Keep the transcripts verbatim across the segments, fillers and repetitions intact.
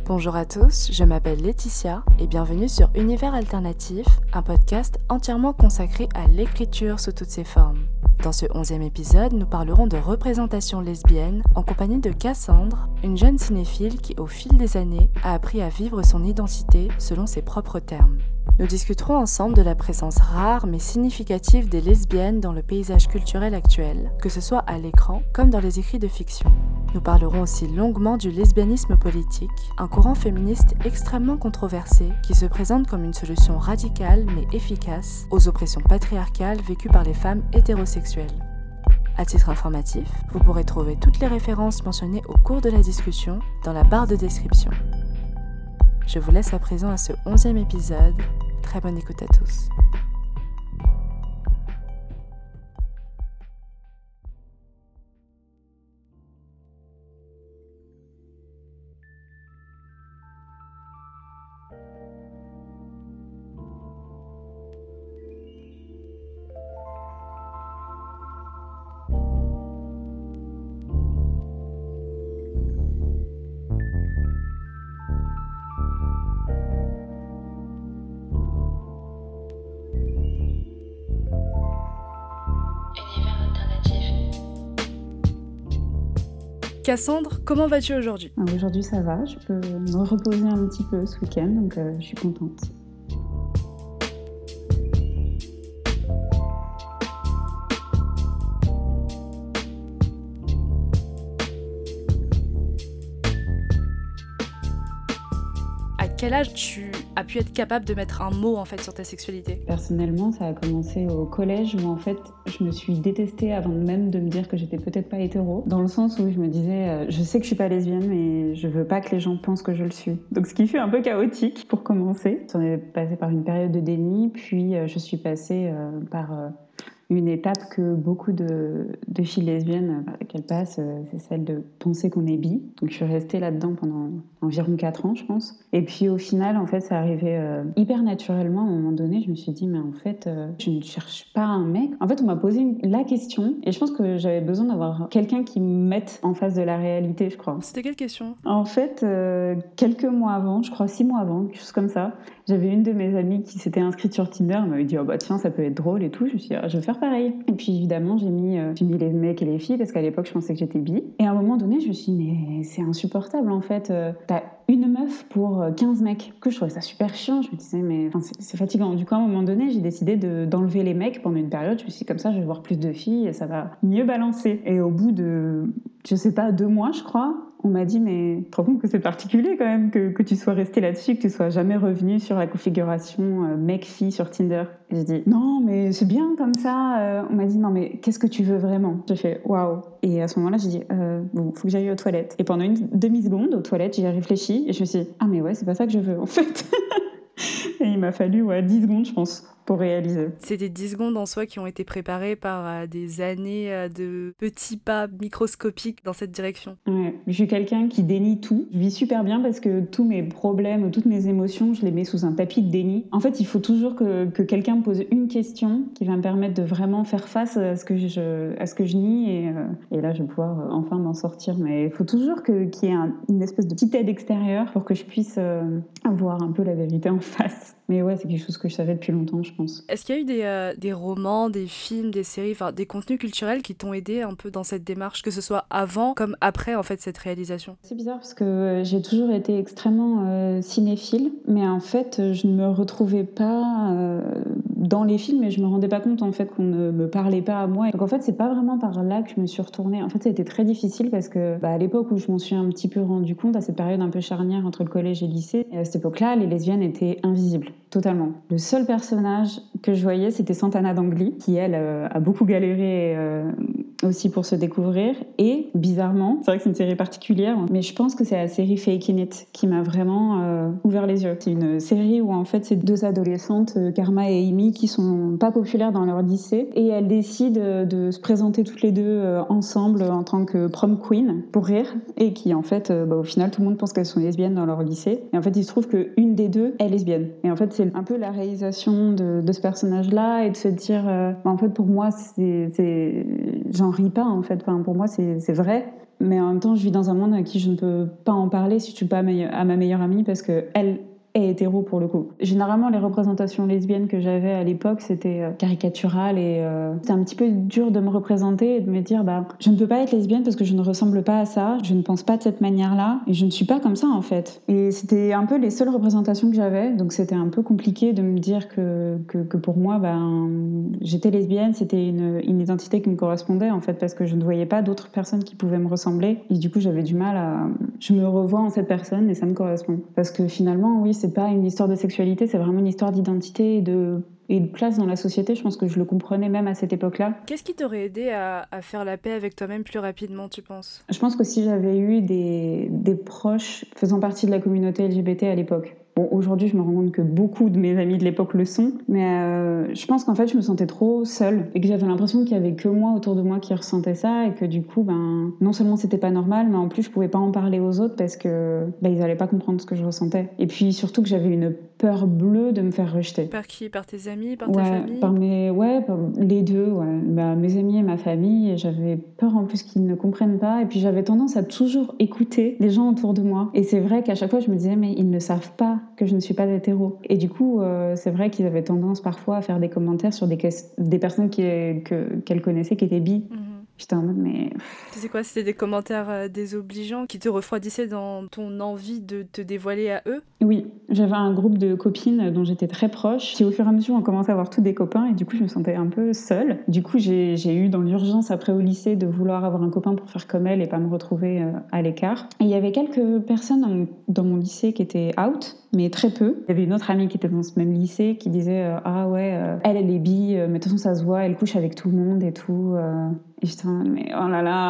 Bonjour à tous, je m'appelle Laetitia et bienvenue sur Univers Alternatif, un podcast entièrement consacré à l'écriture sous toutes ses formes. Dans ce onzième épisode, nous parlerons de représentation lesbienne en compagnie de Cassandre, une jeune cinéphile qui, au fil des années, a appris à vivre son identité selon ses propres termes. Nous discuterons ensemble de la présence rare mais significative des lesbiennes dans le paysage culturel actuel, que ce soit à l'écran comme dans les écrits de fiction. Nous parlerons aussi longuement du lesbianisme politique, un courant féministe extrêmement controversé qui se présente comme une solution radicale mais efficace aux oppressions patriarcales vécues par les femmes hétérosexuelles. À titre informatif, vous pourrez trouver toutes les références mentionnées au cours de la discussion dans la barre de description. Je vous laisse à présent à ce onzième épisode. Très bonne écoute à tous. Cassandre, comment vas-tu aujourd'hui ? Aujourd'hui ça va, je peux me reposer un petit peu ce week-end, donc euh, je suis contente. À quel âge tu as pu être capable de mettre un mot en fait sur ta sexualité ? Personnellement, ça a commencé au collège où en fait je me suis détestée avant même de me dire que j'étais peut-être pas hétéro, dans le sens où je me disais euh, je sais que je suis pas lesbienne mais je veux pas que les gens pensent que je le suis. Donc ce qui fut un peu chaotique pour commencer. J'en ai passé par une période de déni, puis euh, je suis passée euh, par euh, une étape que beaucoup de, de filles lesbiennes par laquelle passent, c'est celle de penser qu'on est bi. Donc je suis restée là-dedans pendant environ quatre ans, je pense. Et puis au final, en fait, ça arrivait euh, hyper naturellement. À un moment donné, je me suis dit, mais en fait, euh, je ne cherche pas un mec. En fait, on m'a posé une, la question et je pense que j'avais besoin d'avoir quelqu'un qui me mette en face de la réalité, je crois. C'était quelle question ? En fait, euh, quelques mois avant, je crois six mois avant, quelque chose comme ça, j'avais une de mes amies qui s'était inscrite sur Tinder. Elle m'avait dit, oh bah tiens, ça peut être drôle et tout. Je me suis dit, ah, je vais faire pareil. Et puis évidemment, j'ai mis, euh, j'ai mis les mecs et les filles parce qu'à l'époque, je pensais que j'étais bi. Et à un moment donné, je me suis dit, mais c'est insupportable en fait. Euh, t'as une meuf pour quinze mecs. Que je trouvais ça super chiant. Je me disais, mais enfin, c'est, c'est fatigant. Du coup, à un moment donné, j'ai décidé de, d'enlever les mecs pendant une période. Je me suis dit, comme ça, je vais voir plus de filles et ça va mieux balancer. Et au bout de, je sais pas, deux mois, je crois, on m'a dit, mais tu te rends compte que c'est particulier quand même que, que tu sois resté là-dessus, que tu sois jamais revenu sur la configuration euh, mec-fille sur Tinder. Et j'ai dit, non, mais c'est bien comme ça. Euh, on m'a dit, non, mais qu'est-ce que tu veux vraiment ? J'ai fait, waouh. Et à ce moment-là, j'ai dit, euh, bon, faut que j'aille aux toilettes. Et pendant une demi-seconde, aux toilettes, j'ai réfléchi et je me suis dit, ah, mais ouais, c'est pas ça que je veux en fait. Et il m'a fallu ouais, dix secondes, je pense, pour réaliser. C'est des dix secondes en soi qui ont été préparées par euh, des années euh, de petits pas microscopiques dans cette direction. Ouais, je suis quelqu'un qui dénie tout. Je vis super bien parce que tous mes problèmes, toutes mes émotions, je les mets sous un tapis de déni. En fait, il faut toujours que, que quelqu'un me pose une question qui va me permettre de vraiment faire face à ce que je, à ce que je nie et, euh, et là, je vais pouvoir euh, enfin m'en sortir. Mais il faut toujours que, qu'il y ait un, une espèce de petite aide extérieure pour que je puisse euh, avoir un peu la vérité en face. Mais ouais, c'est quelque chose que je savais depuis longtemps, je pense. Est-ce qu'il y a eu des, euh, des romans, des films, des séries, enfin des contenus culturels qui t'ont aidé un peu dans cette démarche, que ce soit avant comme après en fait cette réalisation ? C'est bizarre parce que j'ai toujours été extrêmement euh, cinéphile, mais en fait, je ne me retrouvais pas euh, dans les films et je me rendais pas compte en fait qu'on ne me parlait pas à moi. Donc en fait, c'est pas vraiment par là que je me suis retournée. En fait, ça a été très difficile parce que bah, à l'époque où je m'en suis un petit peu rendu compte, à cette période un peu charnière entre le collège et le lycée, et à cette époque-là, les lesbiennes étaient invisibles. Totalement. Le seul personnage que je voyais, c'était Santana Dangli, qui, elle, euh, a beaucoup galéré euh, aussi pour se découvrir. Et, bizarrement, c'est vrai que c'est une série particulière, mais je pense que c'est la série Faking It qui m'a vraiment euh, ouvert les yeux. C'est une série où, en fait, c'est deux adolescentes, euh, Karma et Amy, qui sont pas populaires dans leur lycée. Et elles décident de se présenter toutes les deux euh, ensemble en tant que prom queen, pour rire. Et qui, en fait, euh, bah, au final, tout le monde pense qu'elles sont lesbiennes dans leur lycée. Et en fait, il se trouve qu'une des deux est lesbienne. Et en fait, c'est un peu la réalisation de, de ce personnage-là et de se dire, euh, bah, en fait, pour moi, c'est, c'est... j'en ris pas, en fait. Enfin, pour moi, c'est, c'est vrai. mais en même temps, je vis dans un monde à qui je ne peux pas en parler si tu pas à ma meilleure amie parce que elle est hétéro pour le coup. Généralement, les représentations lesbiennes que j'avais à l'époque, c'était euh, caricatural et euh, c'était un petit peu dur de me représenter et de me dire bah, je ne peux pas être lesbienne parce que je ne ressemble pas à ça, je ne pense pas de cette manière-là et je ne suis pas comme ça en fait. Et c'était un peu les seules représentations que j'avais, donc c'était un peu compliqué de me dire que, que, que pour moi, ben, j'étais lesbienne, c'était une, une identité qui me correspondait en fait parce que je ne voyais pas d'autres personnes qui pouvaient me ressembler et du coup j'avais du mal à... Je me revois en cette personne et ça me correspond. Parce que finalement, oui, c'est pas une histoire de sexualité, c'est vraiment une histoire d'identité et de, et de place dans la société. Je pense que je le comprenais même à cette époque-là. Qu'est-ce qui t'aurait aidé à, à faire la paix avec toi-même plus rapidement, tu penses ? Je pense que si j'avais eu des, des proches faisant partie de la communauté L G B T à l'époque. Bon, aujourd'hui, je me rends compte que beaucoup de mes amis de l'époque le sont, mais euh, je pense qu'en fait, je me sentais trop seule et que j'avais l'impression qu'il y avait que moi autour de moi qui ressentait ça et que du coup, ben, non seulement c'était pas normal, mais en plus, je pouvais pas en parler aux autres parce que ben, ils allaient pas comprendre ce que je ressentais. Et puis surtout que j'avais une peur bleue de me faire rejeter. Par qui ? Par tes amis ? Par ouais, ta famille ? par mes, ouais, par les deux, ouais. Bah, mes amis et ma famille. Et j'avais peur en plus qu'ils ne comprennent pas. Et puis j'avais tendance à toujours écouter les gens autour de moi. Et c'est vrai qu'à chaque fois, je me disais, mais ils ne savent pas que je ne suis pas hétéro. Et du coup, euh, c'est vrai qu'ils avaient tendance parfois à faire des commentaires sur des, des personnes qui, que, qu'elles connaissaient qui étaient bi. Mmh. J'étais en mode, mais... Tu sais quoi, c'était des commentaires euh, désobligeants qui te refroidissaient dans ton envie de te dévoiler à eux ? Oui, j'avais un groupe de copines dont j'étais très proche, qui au fur et à mesure ont commencé à avoir tous des copains, et du coup je me sentais un peu seule. Du coup j'ai, j'ai eu dans l'urgence après au lycée de vouloir avoir un copain pour faire comme elle et pas me retrouver euh, à l'écart. Et il y avait quelques personnes dans mon, dans mon lycée qui étaient out, mais très peu. Il y avait une autre amie qui était dans ce même lycée qui disait euh, « Ah ouais, euh, elle, elle est bi, euh, mais de toute façon ça se voit, elle couche avec tout le monde et tout. Euh. » Et j'étais « Mais oh là là !»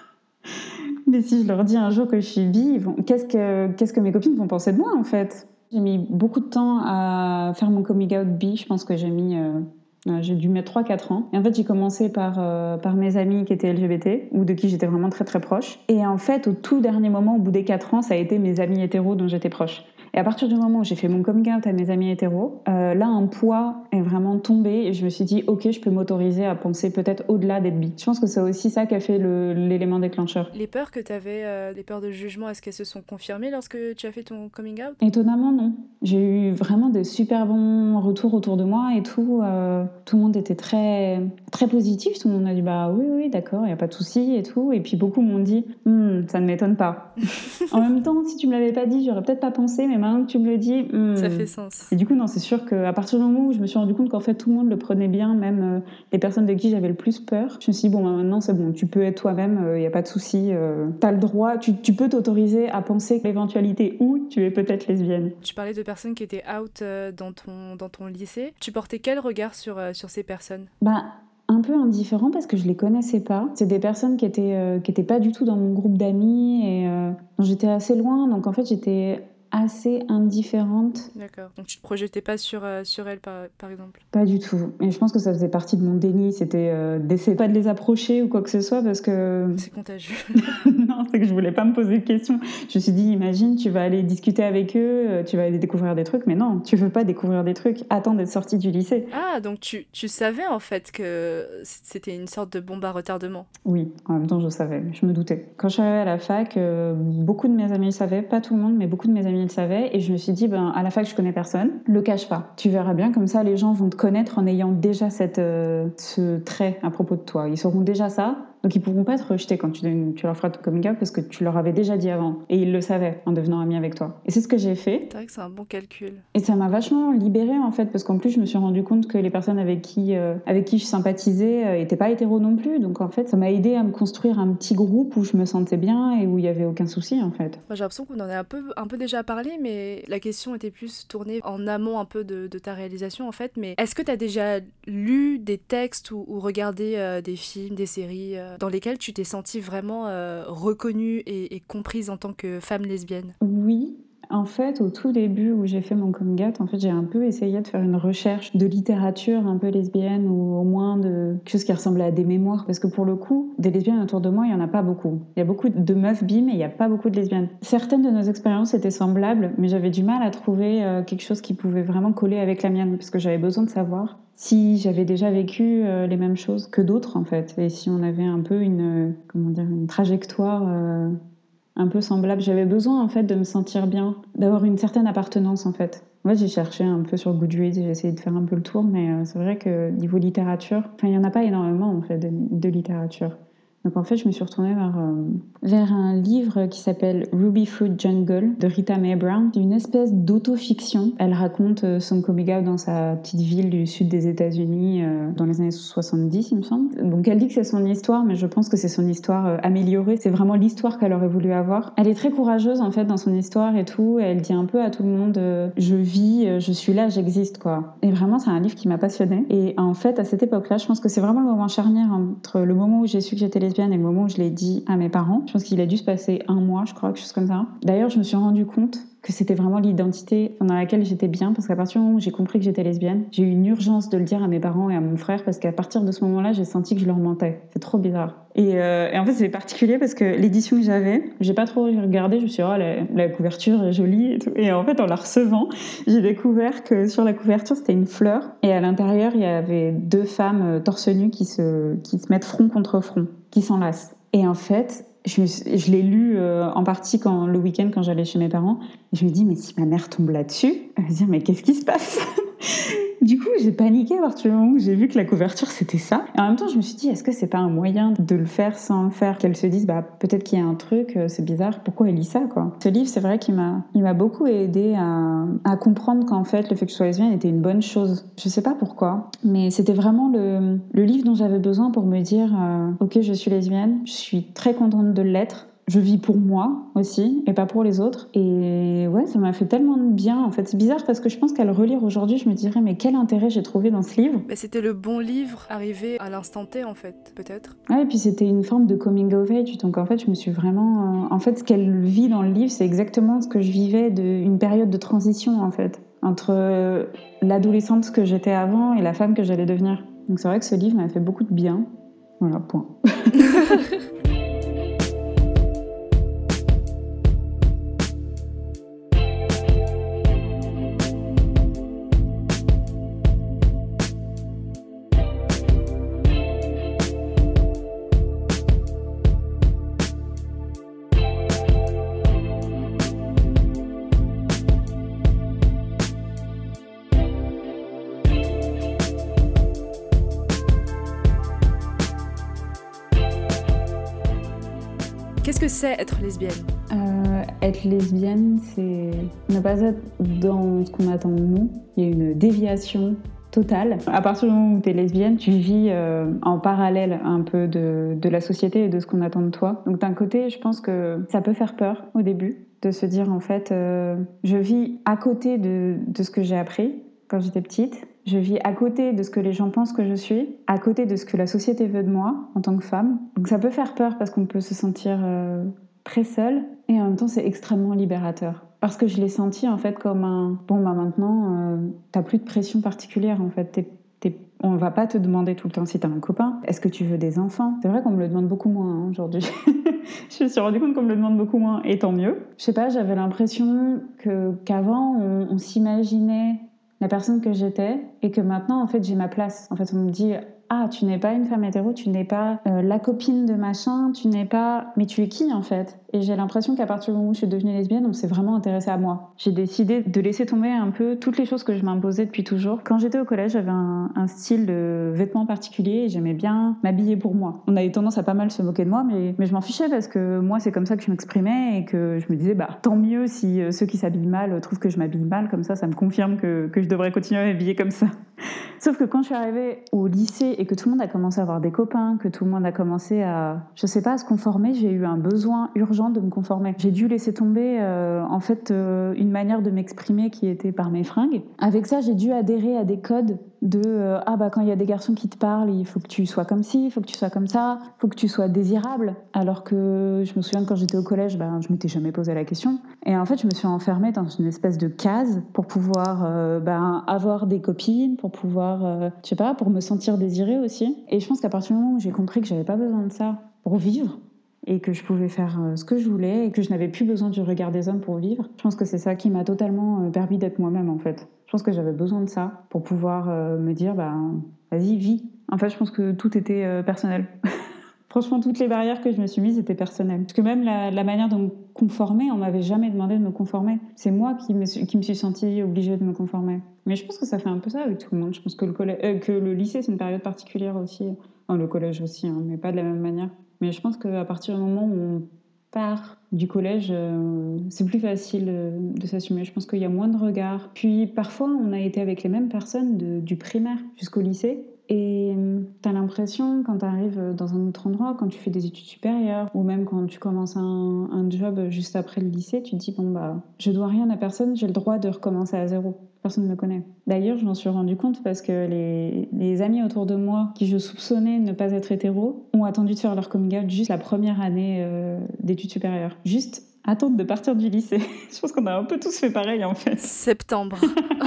Mais si je leur dis un jour que je suis bi, ils vont... qu'est-ce, que, qu'est-ce que mes copines vont penser de moi en fait ? J'ai mis beaucoup de temps à faire mon coming out bi. Je pense que j'ai mis... Euh... J'ai dû mettre trois quatre ans. Et en fait, j'ai commencé par, euh, par mes amis qui étaient L G B T, ou de qui j'étais vraiment très très proche. Et en fait, au tout dernier moment, au bout des quatre ans, ça a été mes amis hétéros dont j'étais proche. Et à partir du moment où j'ai fait mon coming out à mes amis hétéros, euh, là, un poids est vraiment tombé et je me suis dit, ok, je peux m'autoriser à penser peut-être au-delà d'être bi. Je pense que c'est aussi ça qui a fait le, l'élément déclencheur. Les peurs que tu avais, euh, les peurs de jugement, est-ce qu'elles se sont confirmées lorsque tu as fait ton coming out ? Étonnamment, non. J'ai eu vraiment des super bons retours autour de moi et tout. Euh, tout le monde était très, très positif. Tout le monde a dit, bah oui, oui, d'accord, il n'y a pas de souci et tout. Et puis beaucoup m'ont dit, hm, ça ne m'étonne pas. En même temps, si tu me l'avais pas dit, j'aurais peut-être pas pensé, mais maintenant que tu me le dis, hmm. Ça fait sens. Et du coup, non, c'est sûr qu'à partir du moment où je me suis rendu compte qu'en fait tout le monde le prenait bien, même euh, les personnes de qui j'avais le plus peur, je me suis dit bon, bah, maintenant c'est bon, tu peux être toi-même, il euh, y a pas de souci, euh, t'as le droit, tu, tu peux t'autoriser à penser que l'éventualité où tu es peut-être lesbienne. Tu parlais de personnes qui étaient out euh, dans ton dans ton lycée. Tu portais quel regard sur euh, sur ces personnes ? Bah un peu indifférent parce que je les connaissais pas. C'est des personnes qui étaient euh, qui étaient pas du tout dans mon groupe d'amis et euh, dont j'étais assez loin, donc en fait j'étais assez indifférente. D'accord. Donc tu te projetais pas sur, euh, sur elle, par, par exemple ? Pas du tout. Et je pense que ça faisait partie de mon déni. C'était euh, d'essayer pas de les approcher ou quoi que ce soit parce que... C'est contagieux. Non, c'est que je voulais pas me poser de questions. Je me suis dit, imagine, tu vas aller discuter avec eux, tu vas aller découvrir des trucs. Mais non, tu veux pas découvrir des trucs. Attends d'être sortie du lycée. Ah, donc tu, tu savais en fait que c'était une sorte de bombe à retardement ? Oui, en même temps, je savais. Je me doutais. Quand je suis arrivée à la fac, euh, beaucoup de mes amis le savaient. Pas tout le monde, mais beaucoup de mes amis le savaient. Et je me suis dit, ben, à la fac, je connais personne. Le cache pas. Tu verras bien, comme ça, les gens vont te connaître en ayant déjà cette, euh, ce trait à propos de toi. Ils sauront déjà ça. Donc ils pourront pas te rejeter quand tu, tu leur feras ton coming out parce que tu leur avais déjà dit avant. Et ils le savaient en devenant amis avec toi. Et c'est ce que j'ai fait. C'est vrai que c'est un bon calcul. Et ça m'a vachement libérée en fait parce qu'en plus je me suis rendu compte que les personnes avec qui, euh, avec qui je sympathisais euh, étaient pas hétéros non plus. Donc en fait ça m'a aidé à me construire un petit groupe où je me sentais bien et où il y avait aucun souci en fait. Moi j'ai l'impression qu'on en a un peu, un peu déjà parlé, mais la question était plus tournée en amont un peu de, de ta réalisation en fait. Mais est-ce que tu as déjà lu des textes ou, ou regardé euh, des films, des séries euh, dans lesquels tu t'es sentie vraiment euh, reconnue et, et comprise en tant que femme lesbienne ? Oui. En fait, au tout début où j'ai fait mon coming out, en fait, j'ai un peu essayé de faire une recherche de littérature un peu lesbienne ou au moins de quelque chose qui ressemblait à des mémoires. Parce que pour le coup, des lesbiennes autour de moi, il n'y en a pas beaucoup. Il y a beaucoup de meufs bi, mais il n'y a pas beaucoup de lesbiennes. Certaines de nos expériences étaient semblables, mais j'avais du mal à trouver euh, quelque chose qui pouvait vraiment coller avec la mienne parce que j'avais besoin de savoir si j'avais déjà vécu euh, les mêmes choses que d'autres, en fait. Et si on avait un peu une, euh, comment dire, une trajectoire... Euh, un peu semblable. J'avais besoin en fait de me sentir bien, d'avoir une certaine appartenance en fait. Moi, j'ai cherché un peu sur Goodreads, j'ai essayé de faire un peu le tour, mais euh, c'est vrai que niveau littérature, enfin, il n'y en a pas énormément en fait de, de littérature. Donc en fait, je me suis retournée vers, euh, vers un livre qui s'appelle Ruby Fruit Jungle de Rita Mae Brown. C'est une espèce d'autofiction. Elle raconte euh, son coming out dans sa petite ville du sud des États-Unis euh, dans les années soixante-dix, il me semble. Donc elle dit que c'est son histoire, mais je pense que c'est son histoire euh, améliorée. C'est vraiment l'histoire qu'elle aurait voulu avoir. Elle est très courageuse en fait dans son histoire et tout. Elle dit un peu à tout le monde euh, je vis, euh, je suis là, j'existe quoi. Et vraiment, c'est un livre qui m'a passionnée. Et en fait, à cette époque-là, je pense que c'est vraiment le moment charnière entre le moment où j'ai su que j'étais lesbienne et le moment où je l'ai dit à mes parents. Je pense qu'il a dû se passer un mois, je crois, quelque chose comme ça. D'ailleurs, je me suis rendu compte que c'était vraiment l'identité dans laquelle j'étais bien, parce qu'à partir du moment où j'ai compris que j'étais lesbienne, j'ai eu une urgence de le dire à mes parents et à mon frère, parce qu'à partir de ce moment-là, j'ai senti que je leur mentais. C'est trop bizarre. Et, euh, et en fait, c'est particulier parce que l'édition que j'avais, j'ai pas trop regardé, je me suis dit, oh, la, la couverture est jolie et tout. Et en fait, en la recevant, j'ai découvert que sur la couverture, c'était une fleur, et à l'intérieur, il y avait deux femmes torse nu qui se, qui se mettent front contre front, qui s'enlacent. Et en fait, je, me suis, je l'ai lu euh, en partie quand, le week-end quand j'allais chez mes parents. Et je me dis, mais si ma mère tombe là-dessus, elle va se dire, mais qu'est-ce qui se passe? Du coup, j'ai paniqué à partir du moment où j'ai vu que la couverture, c'était ça. Et en même temps, je me suis dit, est-ce que c'est pas un moyen de le faire sans le faire? Qu'elle se dise, bah, peut-être qu'il y a un truc, c'est bizarre, pourquoi elle lit ça, quoi? Ce livre, c'est vrai qu'il m'a, il m'a beaucoup aidé à, à comprendre qu'en fait, le fait que je sois lesbienne était une bonne chose. Je sais pas pourquoi, mais c'était vraiment le, le livre dont j'avais besoin pour me dire, euh, ok, je suis lesbienne, je suis très contente de l'être. Je vis pour moi aussi et pas pour les autres. Et ouais, ça m'a fait tellement de bien. En fait, c'est bizarre parce que je pense qu'à le relire aujourd'hui, je me dirais mais quel intérêt j'ai trouvé dans ce livre. Mais c'était le bon livre arrivé à l'instant T en fait, peut-être. Ouais, et puis c'était une forme de coming of age. Donc en fait, je me suis vraiment... Euh... En fait, ce qu'elle vit dans le livre, c'est exactement ce que je vivais d'une période de transition en fait, entre l'adolescente que j'étais avant et la femme que j'allais devenir. Donc c'est vrai que ce livre m'a fait beaucoup de bien. Voilà, point. Qu'est-ce que c'est être lesbienne ? euh, Être lesbienne, c'est ne pas être dans ce qu'on attend de nous. Il y a une déviation totale. À partir du moment où tu es lesbienne, tu vis euh, en parallèle un peu de, de la société et de ce qu'on attend de toi. Donc d'un côté, je pense que ça peut faire peur au début, de se dire en fait, euh, je vis à côté de, de ce que j'ai appris quand j'étais petite. Je vis à côté de ce que les gens pensent que je suis, à côté de ce que la société veut de moi en tant que femme. Donc ça peut faire peur parce qu'on peut se sentir euh, très seule et en même temps c'est extrêmement libérateur. Parce que je l'ai senti en fait comme un... Bon bah maintenant, euh, t'as plus de pression particulière en fait. T'es, t'es... On va pas te demander tout le temps si t'as un copain. Est-ce que tu veux des enfants? C'est vrai qu'on me le demande beaucoup moins hein, aujourd'hui. Je me suis rendu compte qu'on me le demande beaucoup moins et tant mieux. Je sais pas, j'avais l'impression que, qu'avant on, on s'imaginait la personne que j'étais et que maintenant en fait j'ai ma place. En fait on me dit ah tu n'es pas une femme hétéro, tu n'es pas euh, la copine de machin, tu n'es pas... Mais tu es qui en fait? Et j'ai l'impression qu'à partir du moment où je suis devenue lesbienne, on s'est vraiment intéressé à moi. J'ai décidé de laisser tomber un peu toutes les choses que je m'imposais depuis toujours. Quand j'étais au collège, j'avais un, un style de vêtements particulier et j'aimais bien m'habiller pour moi. On a eu tendance à pas mal se moquer de moi, mais, mais je m'en fichais parce que moi c'est comme ça que je m'exprimais et que je me disais bah tant mieux si ceux qui s'habillent mal trouvent que je m'habille mal, comme ça ça me confirme que, que je devrais continuer à m'habiller comme ça. Sauf que quand je suis arrivée au lycée et que tout le monde a commencé à avoir des copains, que tout le monde a commencé à, je sais pas, à se conformer, j'ai eu un besoin urgent de me conformer. J'ai dû laisser tomber, euh, en fait, euh, une manière de m'exprimer qui était par mes fringues. Avec ça, j'ai dû adhérer à des codes de euh, ah bah quand il y a des garçons qui te parlent, il faut que tu sois comme ci, il faut que tu sois comme ça, il faut que tu sois désirable. Alors que je me souviens que quand j'étais au collège, bah, je m'étais jamais posé la question. Et en fait, je me suis enfermée dans une espèce de case pour pouvoir euh, bah, avoir des copines, pour pouvoir, euh, je sais pas, pour me sentir désirée aussi. Et je pense qu'à partir du moment où j'ai compris que j'avais pas besoin de ça pour vivre, et que je pouvais faire ce que je voulais et que je n'avais plus besoin du regard des hommes pour vivre. Je pense que c'est ça qui m'a totalement permis d'être moi-même en fait. Je pense que j'avais besoin de ça pour pouvoir me dire bah vas-y vis. En fait, je pense que tout était personnel. Franchement, toutes les barrières que je me suis mises étaient personnelles. Parce que même la, la manière de me conformer, on m'avait jamais demandé de me conformer. C'est moi qui me, suis, qui me suis sentie obligée de me conformer. Mais je pense que ça fait un peu ça avec tout le monde. Je pense que le, collège, euh, que le lycée, c'est une période particulière aussi. Enfin, le collège aussi, hein, mais pas de la même manière. Mais je pense qu'à partir du moment où on part du collège, euh, c'est plus facile euh, de s'assumer. Je pense qu'il y a moins de regards. Puis parfois, on a été avec les mêmes personnes de, du primaire jusqu'au lycée. Et tu as l'impression, quand tu arrives dans un autre endroit, quand tu fais des études supérieures, ou même quand tu commences un, un job juste après le lycée, tu te dis, bon, bah, je dois rien à personne, j'ai le droit de recommencer à zéro. Personne ne me connaît. D'ailleurs, je m'en suis rendu compte parce que les, les amis autour de moi, qui je soupçonnais ne pas être hétéros, ont attendu de faire leur coming out juste la première année euh, d'études supérieures. Juste attendre de partir du lycée. Je pense qu'on a un peu tous fait pareil, en fait. Septembre.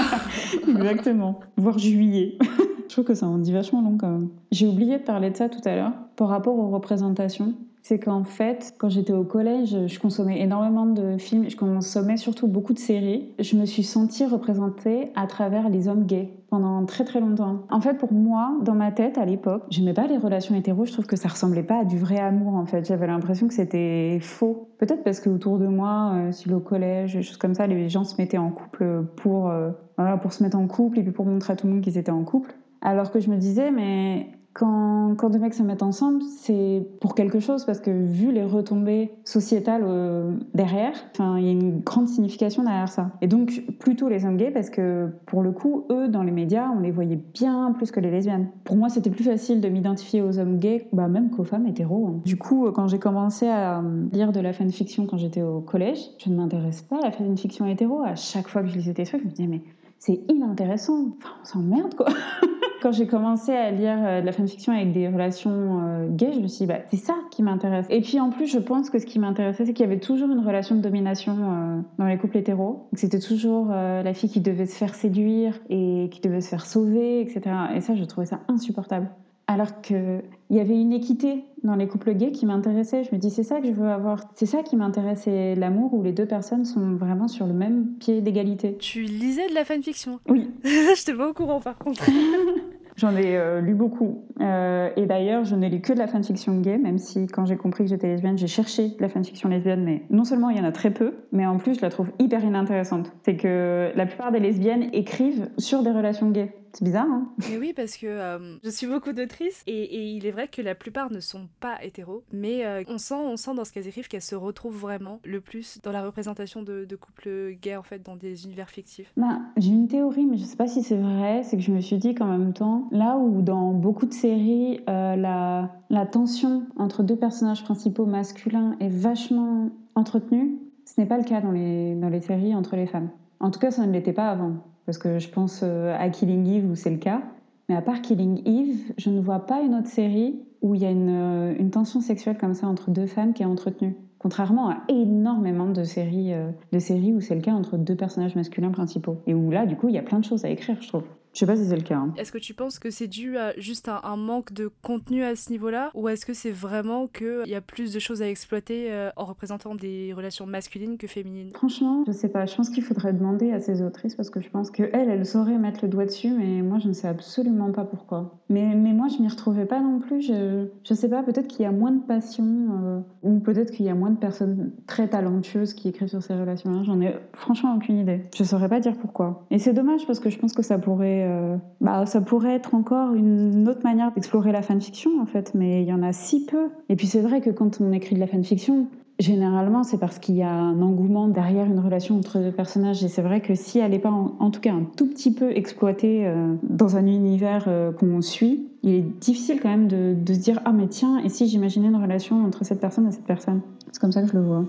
Exactement. Voire juillet. Je trouve que ça en dit vachement long quand même. J'ai oublié de parler de ça tout à l'heure, par rapport aux représentations. C'est qu'en fait, quand j'étais au collège, je consommais énormément de films, je consommais surtout beaucoup de séries. Je me suis sentie représentée à travers les hommes gays pendant très très longtemps. En fait, pour moi, dans ma tête, à l'époque, j'aimais pas les relations hétéros, je trouve que ça ressemblait pas à du vrai amour en fait. J'avais l'impression que c'était faux. Peut-être parce qu'autour de moi, euh, si au collège, des choses comme ça, les gens se mettaient en couple pour, euh, voilà, pour se mettre en couple et puis pour montrer à tout le monde qu'ils étaient en couple. Alors que je me disais, mais quand, quand deux mecs se mettent ensemble, c'est pour quelque chose, parce que vu les retombées sociétales euh, derrière, il y a une grande signification derrière ça. Et donc, plutôt les hommes gays, parce que pour le coup, eux, dans les médias, on les voyait bien plus que les lesbiennes. Pour moi, c'était plus facile de m'identifier aux hommes gays, bah, même qu'aux femmes hétéros. Hein. Du coup, quand j'ai commencé à lire de la fanfiction quand j'étais au collège, je ne m'intéresse pas à la fanfiction hétéro. À chaque fois que je lisais des trucs, je me disais, mais c'est inintéressant. Enfin, on s'emmerde, quoi. Quand j'ai commencé à lire euh, de la fanfiction avec des relations euh, gays, je me suis dit, bah, c'est ça qui m'intéresse. Et puis en plus, je pense que ce qui m'intéressait, c'est qu'il y avait toujours une relation de domination euh, dans les couples hétéros. Donc, c'était toujours euh, la fille qui devait se faire séduire et qui devait se faire sauver, et cetera. Et ça, je trouvais ça insupportable. Alors qu'il y avait une équité dans les couples gays qui m'intéressait. Je me dis, c'est ça que je veux avoir. C'est ça qui m'intéresse, c'est l'amour où les deux personnes sont vraiment sur le même pied d'égalité. Tu lisais de la fanfiction ? Oui. Je n'étais pas au courant par contre. J'en ai euh, lu beaucoup. Euh, et d'ailleurs, je ne lis que de la fanfiction gay, même si quand j'ai compris que j'étais lesbienne, j'ai cherché de la fanfiction lesbienne, mais non seulement il y en a très peu, mais en plus je la trouve hyper inintéressante. C'est que la plupart des lesbiennes écrivent sur des relations gays. C'est bizarre, hein ? Mais oui, parce que euh, je suis beaucoup d'autrices et, et il est vrai que la plupart ne sont pas hétéros, mais euh, on sent, on sent dans ce qu'elles écrivent qu'elles se retrouvent vraiment le plus dans la représentation de, de couples gays en fait dans des univers fictifs. Bah, j'ai une théorie, mais je sais pas si c'est vrai. C'est que je me suis dit qu'en même temps, là où dans beaucoup de séries, euh, la, la tension entre deux personnages principaux masculins est vachement entretenue, ce n'est pas le cas dans les, dans les séries entre les femmes. En tout cas, ça ne l'était pas avant. Parce que je pense à Killing Eve où c'est le cas. Mais à part Killing Eve, je ne vois pas une autre série où il y a une, une tension sexuelle comme ça entre deux femmes qui est entretenue. Contrairement à énormément de séries, euh, de séries où c'est le cas entre deux personnages masculins principaux. Et où là, du coup, il y a plein de choses à écrire, je trouve. Je sais pas si c'est le cas. Hein. Est-ce que tu penses que c'est dû à juste un, un manque de contenu à ce niveau-là, ou est-ce que c'est vraiment qu'il y a plus de choses à exploiter euh, en représentant des relations masculines que féminines ? Franchement, je sais pas. Je pense qu'il faudrait demander à ces autrices, parce que je pense qu'elles, elles sauraient mettre le doigt dessus, mais moi, je ne sais absolument pas pourquoi. Mais, mais moi, je m'y retrouvais pas non plus. Je, je sais pas, peut-être qu'il y a moins de passion, euh, ou peut-être qu'il y a moins de personnes très talentueuses qui écrivent sur ces relations-là. J'en ai franchement aucune idée. Je saurais pas dire pourquoi. Et c'est dommage, parce que je pense que ça pourrait... Euh, bah, ça pourrait être encore une autre manière d'explorer la fanfiction en fait, mais il y en a si peu. Et puis c'est vrai que quand on écrit de la fanfiction, généralement c'est parce qu'il y a un engouement derrière une relation entre deux personnages, et c'est vrai que si elle n'est pas en, en tout cas un tout petit peu exploitée euh, dans un univers euh, qu'on suit, il est difficile quand même de, de se dire ah mais tiens, et si j'imaginais une relation entre cette personne et cette personne. C'est comme ça que je le vois.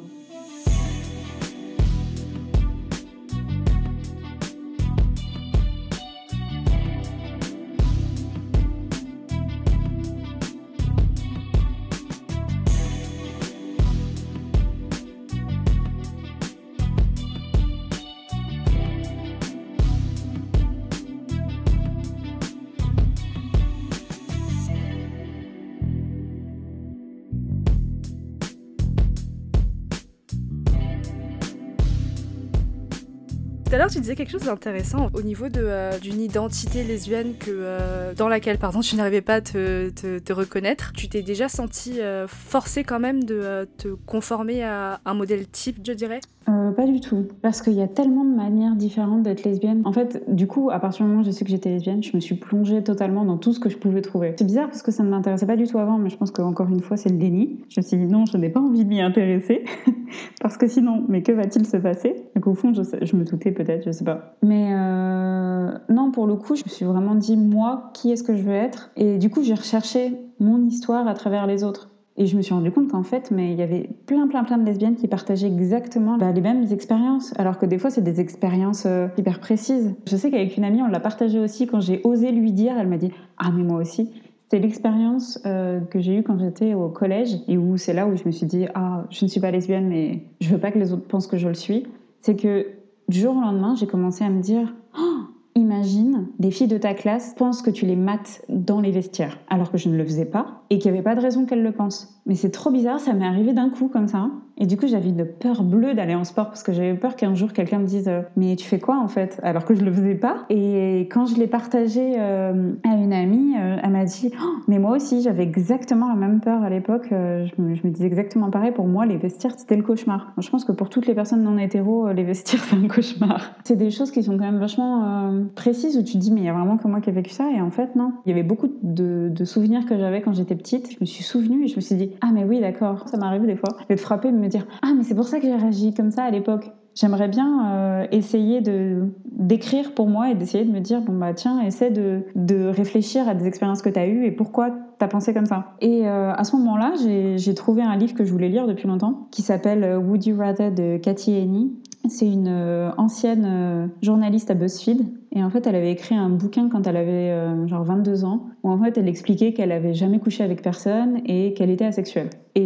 Tout à l'heure, tu disais quelque chose d'intéressant au niveau de, euh, d'une identité lesbienne que, euh, dans laquelle, pardon, tu n'arrivais pas à te, te, te reconnaître. Tu t'es déjà sentie euh, forcée quand même de euh, te conformer à un modèle type, je dirais ? Euh, pas du tout, parce qu'il y a tellement de manières différentes d'être lesbienne. En fait, du coup, à partir du moment où j'ai su que j'étais lesbienne, je me suis plongée totalement dans tout ce que je pouvais trouver. C'est bizarre parce que ça ne m'intéressait pas du tout avant, mais je pense qu'encore une fois, c'est le déni. Je me suis dit non, je n'ai pas envie de m'y intéresser, parce que sinon, mais que va-t-il se passer ? Donc au fond, je, sais, je me doutais peut-être, je sais pas. Mais euh, non, pour le coup, je me suis vraiment dit, moi, qui est-ce que je veux être ? Et du coup, j'ai recherché mon histoire à travers les autres. Et je me suis rendu compte qu'en fait, mais il y avait plein, plein, plein de lesbiennes qui partageaient exactement bah, les mêmes expériences, alors que des fois, c'est des expériences euh, hyper précises. Je sais qu'avec une amie, on l'a partagé aussi quand j'ai osé lui dire, elle m'a dit « Ah, mais moi aussi !» C'était l'expérience euh, que j'ai eue quand j'étais au collège, et où c'est là où je me suis dit « Ah, je ne suis pas lesbienne, mais je veux pas que les autres pensent que je le suis. » C'est que du jour au lendemain, j'ai commencé à me dire oh, imagine, des filles de ta classe pensent que tu les mates dans les vestiaires, alors que je ne le faisais pas, et qu'il n'y avait pas de raison qu'elles le pensent. Mais c'est trop bizarre, ça m'est arrivé d'un coup comme ça. Hein. Et du coup, j'avais une peur bleue d'aller en sport, parce que j'avais peur qu'un jour, quelqu'un me dise euh, « Mais tu fais quoi, en fait ?» alors que je ne le faisais pas. Et quand je l'ai partagé euh, à une amie, euh, elle m'a dit oh, « Mais moi aussi, j'avais exactement la même peur à l'époque. Euh, je, me, je me disais exactement pareil. Pour moi, les vestiaires, c'était le cauchemar. » Je pense que pour toutes les personnes non hétéros, les vestiaires, c'est un cauchemar. C'est des choses qui sont quand même vachement euh, précises, où tu te dis « Mais il y a vraiment que moi qui ai vécu ça ?» Et en fait, non. Il y avait beaucoup de, de souvenirs que j'avais quand j'étais petite. Je me suis souvenue et je me suis dit « Ah, mais oui, d'accord. » Ça m'arrive des fois d'être frappée et de me dire « Ah, mais c'est pour ça que j'ai réagi comme ça à l'époque. » J'aimerais bien euh, essayer de, d'écrire pour moi et d'essayer de me dire « Bon, bah tiens, essaie de, de réfléchir à des expériences que tu as eues et pourquoi t'as pensé comme ça. » Et euh, à ce moment-là, j'ai, j'ai trouvé un livre que je voulais lire depuis longtemps, qui s'appelle « Would You Rather » de Cathy Haney. C'est une euh, ancienne euh, journaliste à BuzzFeed. Et en fait, elle avait écrit un bouquin quand elle avait euh, genre vingt-deux ans, où en fait, elle expliquait qu'elle avait jamais couché avec personne et qu'elle était asexuelle.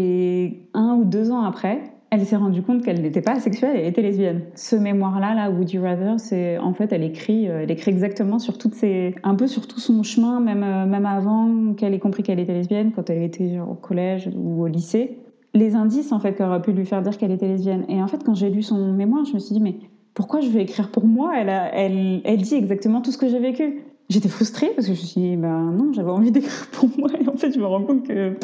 Et un ou deux ans après, elle s'est rendue compte qu'elle n'était pas asexuelle, elle était lesbienne. Ce mémoire-là, là, Would You Rather, c'est en fait, elle écrit, euh, elle écrit exactement sur toutes ces, un peu sur tout son chemin, même euh, même avant qu'elle ait compris qu'elle était lesbienne, quand elle était genre, au collège ou au lycée. Les indices en fait qui auraient pu lui faire dire qu'elle était lesbienne. Et en fait, quand j'ai lu son mémoire, je me suis dit mais pourquoi je vais écrire pour moi ? Elle, a, elle, elle dit exactement tout ce que j'ai vécu. J'étais frustrée parce que je me suis dit ben non, j'avais envie d'écrire pour moi et en fait, je me rends compte que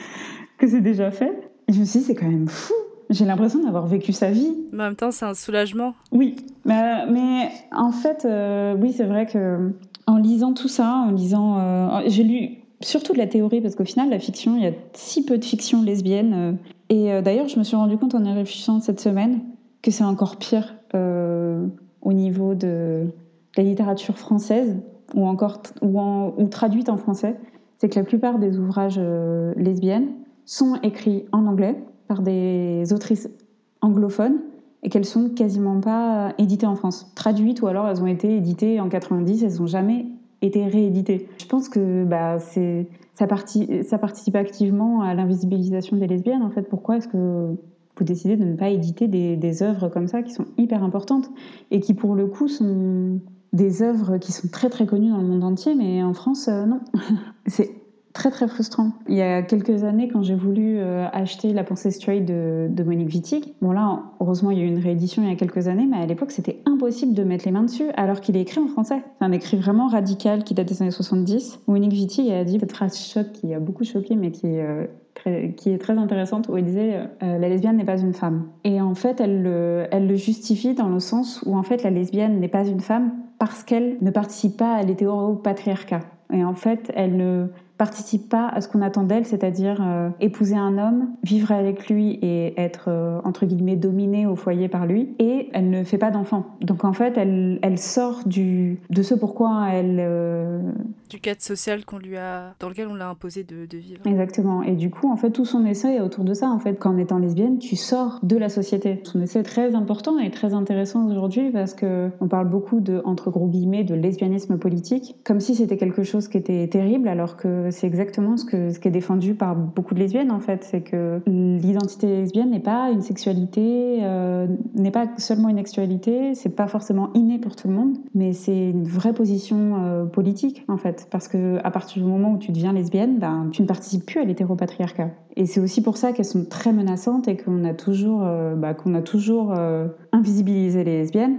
que c'est déjà fait. Et je me suis dit c'est quand même fou. J'ai l'impression d'avoir vécu sa vie. Mais en même temps, c'est un soulagement. Oui, mais, mais en fait, euh, oui, c'est vrai que en lisant tout ça, en lisant, euh, j'ai lu surtout de la théorie parce qu'au final, la fiction, il y a si peu de fiction lesbienne. Euh, et euh, d'ailleurs, je me suis rendu compte en y réfléchissant cette semaine que c'est encore pire euh, au niveau de la littérature française ou encore ou, en, ou traduite en français. C'est que la plupart des ouvrages euh, lesbiennes sont écrits en anglais par des autrices anglophones et qu'elles sont quasiment pas éditées en France. Traduites ou alors elles ont été éditées en quatre-vingt-dix, elles n'ont jamais été rééditées. Je pense que bah, c'est, ça, parti, ça participe activement à l'invisibilisation des lesbiennes. En fait, pourquoi est-ce que vous décidez de ne pas éditer des, des œuvres comme ça qui sont hyper importantes et qui pour le coup sont des œuvres qui sont très très connues dans le monde entier, mais en France, euh, non. C'est très très frustrant. Il y a quelques années, quand j'ai voulu euh, acheter La pensée straight de, de Monique Wittig, bon là, heureusement, il y a eu une réédition il y a quelques années, mais à l'époque, c'était impossible de mettre les mains dessus, alors qu'il est écrit en français. C'est un écrit vraiment radical qui date des années soixante-dix. Monique Wittig a dit cette phrase choc qui a beaucoup choqué, mais qui est, euh, très, qui est très intéressante, où elle disait euh, « La lesbienne n'est pas une femme ». Et en fait, elle le, elle le justifie dans le sens où en fait, la lesbienne n'est pas une femme parce qu'elle ne participe pas à l'hétéropatriarcat. Et en fait, elle ne participe pas à ce qu'on attend d'elle, c'est-à-dire euh, épouser un homme, vivre avec lui et être, euh, entre guillemets, dominée au foyer par lui. Et elle ne fait pas d'enfant. Donc en fait, elle, elle sort du, de ce pourquoi elle... Euh... Du cadre social qu'on lui a, dans lequel on l'a imposé de, de vivre. Exactement. Et du coup, en fait, tout son essai est autour de ça. En fait, qu'en étant lesbienne, tu sors de la société. Son essai est très important et très intéressant aujourd'hui parce qu'on parle beaucoup de, entre gros guillemets, de lesbianisme politique, comme si c'était quelque chose qui était terrible, alors que c'est exactement ce, que, ce qui est défendu par beaucoup de lesbiennes, en fait. C'est que l'identité lesbienne n'est pas une sexualité, euh, n'est pas seulement une sexualité, c'est pas forcément inné pour tout le monde, mais c'est une vraie position euh, politique, en fait. Parce qu'à partir du moment où tu deviens lesbienne, ben, tu ne participes plus à l'hétéropatriarcat. Et c'est aussi pour ça qu'elles sont très menaçantes et qu'on a toujours, euh, bah, qu'on a toujours euh, invisibilisé les lesbiennes,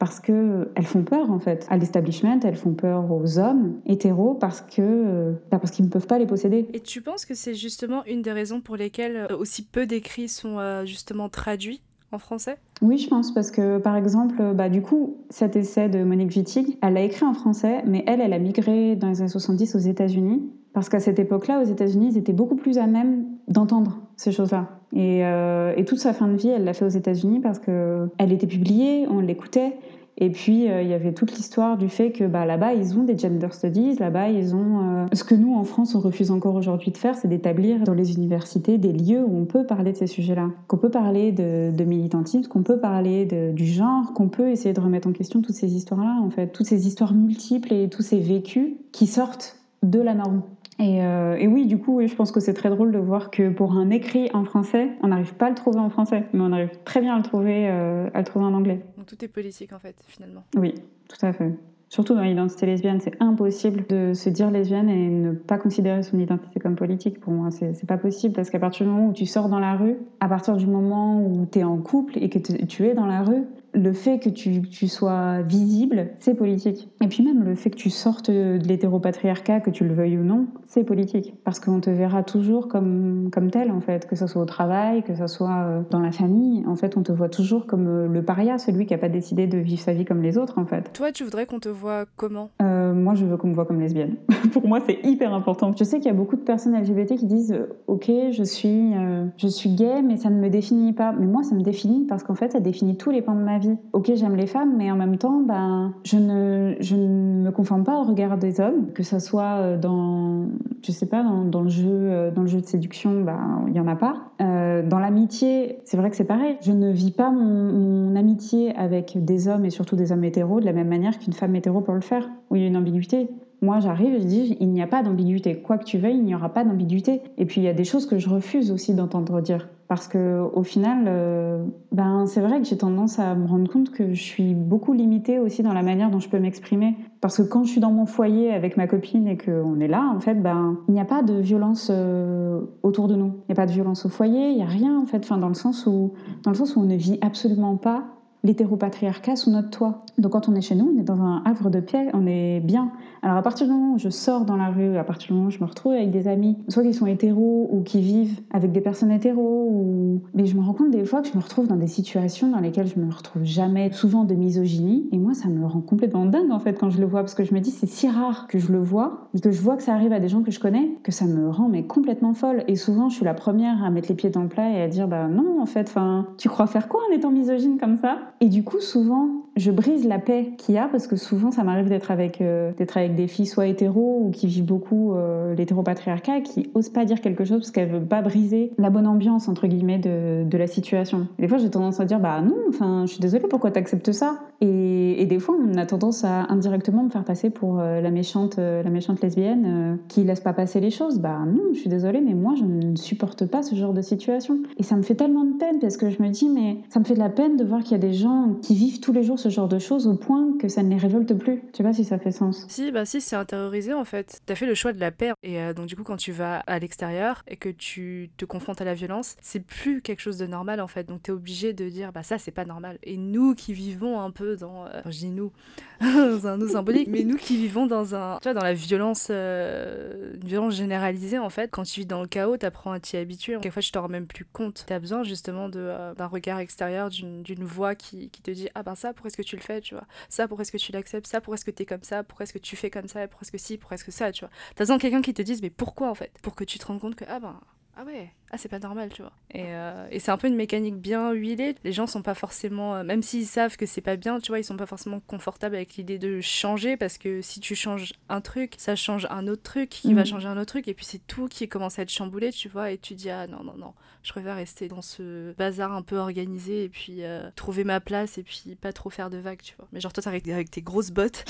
parce qu'elles font peur en fait à l'establishment, elles font peur aux hommes hétéros parce que bah, parce qu'ils ne peuvent pas les posséder. Et tu penses que c'est justement une des raisons pour lesquelles aussi peu d'écrits sont euh, justement traduits en français? Oui, je pense, parce que par exemple, bah, du coup, cet essai de Monique Wittig, elle l'a écrit en français, mais elle, elle a migré dans les années soixante-dix aux États-Unis, parce qu'à cette époque-là, aux États-Unis, ils étaient beaucoup plus à même d'entendre ces choses-là. Et, euh, et toute sa fin de vie, elle l'a fait aux États-Unis parce qu'elle était publiée, on l'écoutait. Et puis, euh, il y avait toute l'histoire du fait que bah, là-bas, ils ont des gender studies, là-bas, ils ont... Euh... Ce que nous, en France, on refuse encore aujourd'hui de faire, c'est d'établir dans les universités des lieux où on peut parler de ces sujets-là, qu'on peut parler de, de militantisme, qu'on peut parler de, du genre, qu'on peut essayer de remettre en question toutes ces histoires-là, en fait, toutes ces histoires multiples et tous ces vécus qui sortent de la norme. Et, euh, et oui, du coup, oui, je pense que c'est très drôle de voir que pour un écrit en français, on n'arrive pas à le trouver en français, mais on arrive très bien à le trouver, euh, à le trouver en anglais. Donc tout est politique en fait, finalement. Oui, tout à fait. Surtout dans l'identité lesbienne, c'est impossible de se dire lesbienne et ne pas considérer son identité comme politique. Pour moi, c'est, c'est pas possible parce qu'à partir du moment où tu sors dans la rue, à partir du moment où tu es en couple et que tu es dans la rue, le fait que tu, tu sois visible, c'est politique. Et puis même le fait que tu sortes de l'hétéropatriarcat, que tu le veuilles ou non, c'est politique. Parce qu'on te verra toujours comme, comme tel, en fait. Que ce soit au travail, que ce soit dans la famille. En fait, on te voit toujours comme le paria, celui qui n'a pas décidé de vivre sa vie comme les autres, en fait. Toi, tu voudrais qu'on te voit comment ? euh, Moi, je veux qu'on me voit comme lesbienne. Pour moi, c'est hyper important. Je sais qu'il y a beaucoup de personnes L G B T qui disent euh, « Ok, je suis, euh, je suis gay, mais ça ne me définit pas. » Mais moi, ça me définit parce qu'en fait, ça définit tous les pans de ma vie. Ok, j'aime les femmes, mais en même temps, ben, je, ne, je ne me conforme pas au regard des hommes, que ça soit dans, je sais pas, dans, dans, le, jeu, dans le jeu de séduction, ben, il n'y en a pas. Euh, dans l'amitié, c'est vrai que c'est pareil. Je ne vis pas mon, mon amitié avec des hommes, et surtout des hommes hétéros, de la même manière qu'une femme hétéro peut le faire, où il y a une ambiguïté. Moi, j'arrive et je dis, il n'y a pas d'ambiguïté. Quoi que tu veuilles, il n'y aura pas d'ambiguïté. Et puis, il y a des choses que je refuse aussi d'entendre dire. Parce qu'au final, euh, ben, c'est vrai que j'ai tendance à me rendre compte que je suis beaucoup limitée aussi dans la manière dont je peux m'exprimer. Parce que quand je suis dans mon foyer avec ma copine et qu'on est là, en fait, ben, il n'y a pas de violence euh, autour de nous. Il n'y a pas de violence au foyer, il n'y a rien, en fait. Enfin, dans le sens où, dans le sens où on ne vit absolument pas l'hétéropatriarcat sous notre toit. Donc quand on est chez nous, on est dans un havre de paix, on est bien. Alors à partir du moment où je sors dans la rue, à partir du moment où je me retrouve avec des amis, soit qui sont hétéros ou qui vivent avec des personnes hétéros, ou... mais je me rends compte des fois que je me retrouve dans des situations dans lesquelles je me retrouve jamais, souvent de misogynie, et moi ça me rend complètement dingue en fait quand je le vois, parce que je me dis c'est si rare que je le vois, et que je vois que ça arrive à des gens que je connais, que ça me rend mais complètement folle. Et souvent je suis la première à mettre les pieds dans le plat et à dire bah non en fait, enfin tu crois faire quoi en étant misogyne comme ça? Et du coup, souvent, je brise la paix qu'il y a, parce que souvent, ça m'arrive d'être avec, euh, d'être avec des filles soit hétéros ou qui vivent beaucoup euh, l'hétéropatriarcat et qui osent pas dire quelque chose parce qu'elles veulent pas briser la bonne ambiance, entre guillemets, de, de la situation. Et des fois, j'ai tendance à dire, bah non, enfin, je suis désolée, pourquoi t'acceptes ça? et, et des fois, on a tendance à indirectement me faire passer pour euh, la, méchante, euh, la méchante lesbienne euh, qui laisse pas passer les choses. Bah non, je suis désolée, mais moi, je ne supporte pas ce genre de situation. Et ça me fait tellement de peine parce que je me dis, mais ça me fait de la peine de voir qu'il y a des gens qui vivent tous les jours ce genre de choses au point que ça ne les révolte plus. Je sais pas si ça fait sens. Si, bah si, c'est intériorisé en fait. T'as fait le choix de la paix. Et euh, donc du coup, quand tu vas à l'extérieur et que tu te confrontes à la violence, c'est plus quelque chose de normal en fait. Donc t'es obligé de dire, bah ça c'est pas normal. Et nous qui vivons un peu dans... Euh, enfin, je dis nous, c'est un nous symbolique, mais nous qui vivons dans un... Tu vois, dans la violence, euh, une violence généralisée en fait, quand tu vis dans le chaos, t'apprends à t'y habituer. Quelquefois, tu t'en rends même plus compte. T'as besoin justement de, euh, d'un regard extérieur, d'une, d'une voix qui, qui te dit, ah ben ça, pourquoi est-ce que tu le fais, tu vois? Ça, pourquoi est-ce que tu l'acceptes? Ça, pourquoi est-ce que t'es comme ça? Pourquoi est-ce que tu fais comme ça? Pourquoi est-ce que si? Pourquoi est-ce que ça, tu vois? T'as besoin de quelqu'un qui te dise, mais pourquoi en fait? Pour que tu te rendes compte que, ah ben, ah ouais, ah c'est pas normal, tu vois. Et, euh, et c'est un peu une mécanique bien huilée. Les gens sont pas forcément, euh, même s'ils savent que c'est pas bien, tu vois, ils sont pas forcément confortables avec l'idée de changer, parce que si tu changes un truc, ça change un autre truc, qui mmh. va changer un autre truc, et puis c'est tout qui commence à être chamboulé, tu vois, et tu dis, ah non, non, non, je préfère rester dans ce bazar un peu organisé, et puis euh, trouver ma place, et puis pas trop faire de vagues, tu vois. Mais genre toi, t'arrives avec tes grosses bottes,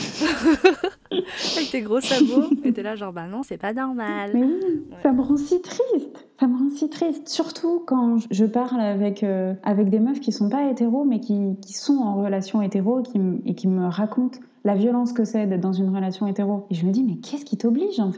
avec tes gros sabots, et t'es là genre, bah non, c'est pas normal. Mais oui, ouais. Ça me rend si triste. Ça me rend si triste, surtout quand je parle avec, euh, avec des meufs qui sont pas hétéros, mais qui, qui sont en relation hétéro et qui, et qui me racontent la violence que c'est d'être dans une relation hétéro. Et je me dis, mais qu'est-ce qui t'oblige en fait?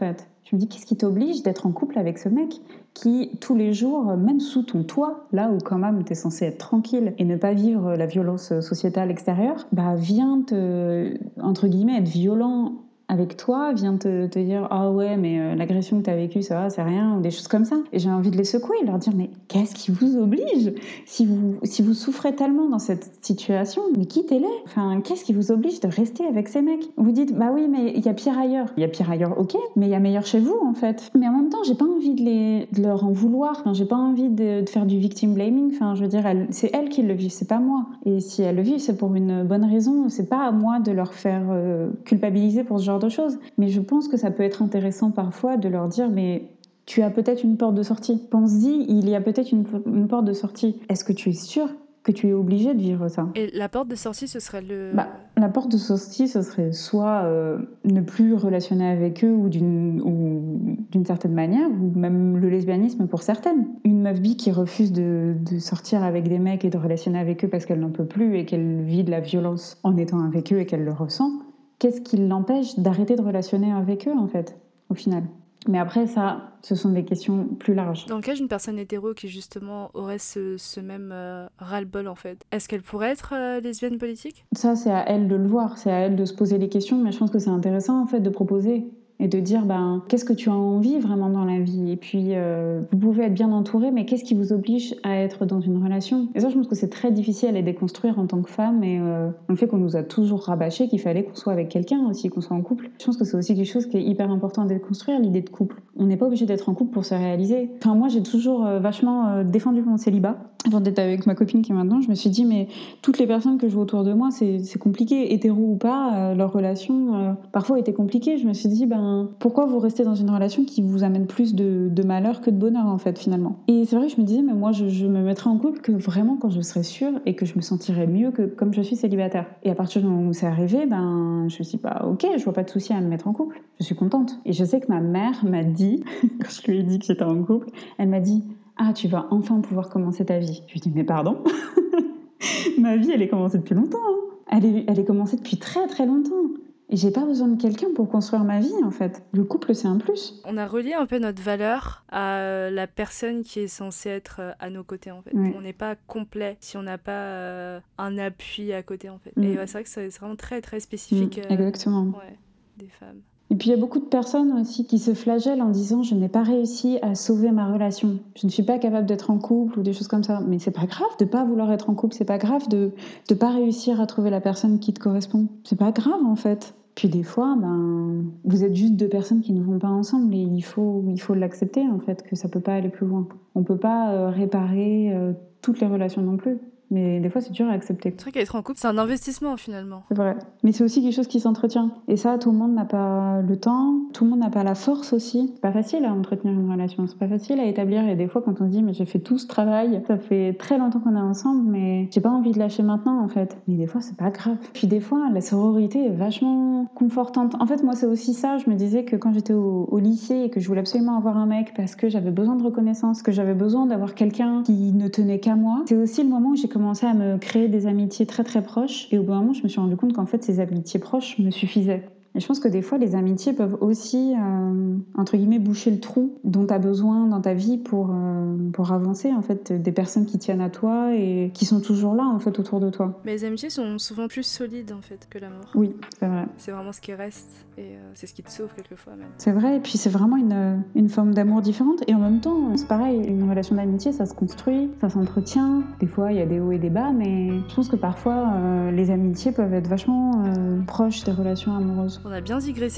Je me dis, qu'est-ce qui t'oblige d'être en couple avec ce mec qui, tous les jours, même sous ton toit, là où quand même t'es censé être tranquille et ne pas vivre la violence sociétale extérieure, bah vient te, entre guillemets, être violent avec toi, vient te, te dire « Ah ouais, mais euh, l'agression que t'as vécue, ça va, c'est rien », ou des choses comme ça. Et j'ai envie de les secouer et leur dire « Mais qu'est-ce qui vous oblige ? Si vous, si vous souffrez tellement dans cette situation, mais quittez-les. Enfin, qu'est-ce qui vous oblige de rester avec ces mecs ? Vous dites « Bah oui, mais il y a pire ailleurs. » Il y a pire ailleurs, ok, mais il y a meilleur chez vous, en fait. Mais en même temps, j'ai pas envie de, les, de leur en vouloir. Enfin, j'ai pas envie de, de faire du victim blaming. Enfin, je veux dire, elle, c'est elles qui le vivent, c'est pas moi. Et si elles le vivent, c'est pour une bonne raison. C'est pas à moi de leur faire euh, culpabiliser pour ce genre de choses. Mais je pense que ça peut être intéressant parfois de leur dire mais tu as peut-être une porte de sortie. Pense-y, il y a peut-être une, une porte de sortie. Est-ce que tu es sûr que tu es obligé de vivre ça ? Et la porte de sortie, ce serait le... Bah, la porte de sortie, ce serait soit euh, ne plus relationner avec eux ou d'une, ou d'une certaine manière, ou même le lesbianisme pour certaines. Une meuf bi qui refuse de, de sortir avec des mecs et de relationner avec eux parce qu'elle n'en peut plus et qu'elle vit de la violence en étant avec eux et qu'elle le ressent, qu'est-ce qui l'empêche d'arrêter de relationner avec eux, en fait, au final ? Mais après, ça, ce sont des questions plus larges. Dans le cas d'une personne hétéro qui, justement, aurait ce, ce même euh, ras-le-bol, en fait, est-ce qu'elle pourrait être euh, lesbienne politique ? Ça, c'est à elle de le voir, c'est à elle de se poser les questions, mais je pense que c'est intéressant, en fait, de proposer et de dire, ben, qu'est-ce que tu as envie vraiment dans la vie ? Et puis, euh, vous pouvez être bien entouré, mais qu'est-ce qui vous oblige à être dans une relation ? Et ça, je pense que c'est très difficile à les déconstruire en tant que femme, et euh, le fait qu'on nous a toujours rabâché qu'il fallait qu'on soit avec quelqu'un aussi, qu'on soit en couple. Je pense que c'est aussi quelque chose qui est hyper important à déconstruire, l'idée de couple. On n'est pas obligé d'être en couple pour se réaliser. Enfin, moi, j'ai toujours euh, vachement euh, défendu mon célibat. Avant d'être avec ma copine qui est maintenant, je me suis dit, mais toutes les personnes que je vois autour de moi, c'est, c'est compliqué, hétéro ou pas, euh, leur relation, euh, parfois était compliquée. Je me suis dit, ben, pourquoi vous restez dans une relation qui vous amène plus de, de malheur que de bonheur, en fait, finalement. Et c'est vrai que je me disais, mais moi, je, je me mettrais en couple que vraiment quand je serais sûre et que je me sentirais mieux que comme je suis célibataire. Et à partir du moment où c'est arrivé, ben, je me suis dit, bah, ok, je vois pas de souci à me mettre en couple. Je suis contente. Et je sais que ma mère m'a dit, quand je lui ai dit que j'étais en couple, elle m'a dit, ah, tu vas enfin pouvoir commencer ta vie. Je lui ai dit, mais pardon. Ma vie, elle est commencée depuis longtemps. Hein. Elle, est, elle est commencée depuis très très longtemps. Et j'ai pas besoin de quelqu'un pour construire ma vie, en fait. Le couple, c'est un plus. On a relié un peu notre valeur à la personne qui est censée être à nos côtés, en fait. Oui. On n'est pas complet si on n'a pas euh, un appui à côté, en fait. Mm. Et ouais, c'est vrai que c'est vraiment très très spécifique. Mm, exactement. Euh, ouais, des femmes. Et puis il y a beaucoup de personnes aussi qui se flagellent en disant « je n'ai pas réussi à sauver ma relation, je ne suis pas capable d'être en couple » ou des choses comme ça. Mais c'est pas grave de pas vouloir être en couple, c'est pas grave de ne pas réussir à trouver la personne qui te correspond. C'est pas grave en fait. Puis des fois, ben, vous êtes juste deux personnes qui ne vont pas ensemble et il faut, il faut l'accepter en fait, que ça peut pas aller plus loin. On peut pas euh, réparer euh, toutes les relations non plus. Mais des fois, c'est dur à accepter. C'est vrai qu'être en couple, c'est un investissement finalement. C'est vrai. Mais c'est aussi quelque chose qui s'entretient. Et ça, tout le monde n'a pas le temps, tout le monde n'a pas la force aussi. C'est pas facile à entretenir une relation, c'est pas facile à établir. Et des fois, quand on se dit, mais j'ai fait tout ce travail, ça fait très longtemps qu'on est ensemble, mais j'ai pas envie de lâcher maintenant en fait. Mais des fois, c'est pas grave. Puis des fois, la sororité est vachement confortante. En fait, moi, c'est aussi ça. Je me disais que quand j'étais au, au lycée et que je voulais absolument avoir un mec parce que j'avais besoin de reconnaissance, que j'avais besoin d'avoir quelqu'un qui ne tenait qu'à moi, c'est aussi le moment où j'ai commencé à me créer des amitiés très très proches et au bout d'un moment je me suis rendu compte qu'en fait ces amitiés proches me suffisaient. Et je pense que des fois les amitiés peuvent aussi euh, entre guillemets boucher le trou dont tu as besoin dans ta vie pour, euh, pour avancer en fait, des personnes qui tiennent à toi et qui sont toujours là en fait autour de toi. Mais les amitiés sont souvent plus solides en fait que l'amour. Oui, c'est vrai. C'est vraiment ce qui reste et euh, c'est ce qui te sauve quelquefois même. C'est vrai, et puis c'est vraiment une, une forme d'amour différente et en même temps c'est pareil, une relation d'amitié ça se construit, ça s'entretient, des fois il y a des hauts et des bas mais je pense que parfois euh, les amitiés peuvent être vachement euh, proches des relations amoureuses. On a bien digressé.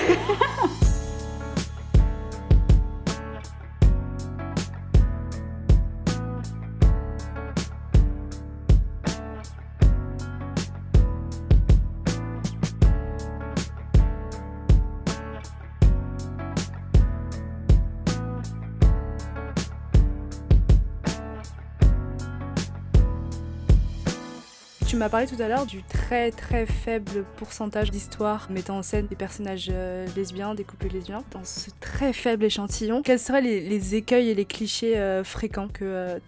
Tu m'as parlé tout à l'heure du très très faible pourcentage d'histoires mettant en scène des personnages euh, lesbiens, des couples lesbiens. Dans ce très faible échantillon, quels seraient les, les écueils et les clichés euh, fréquents que euh, tu as remarqués ?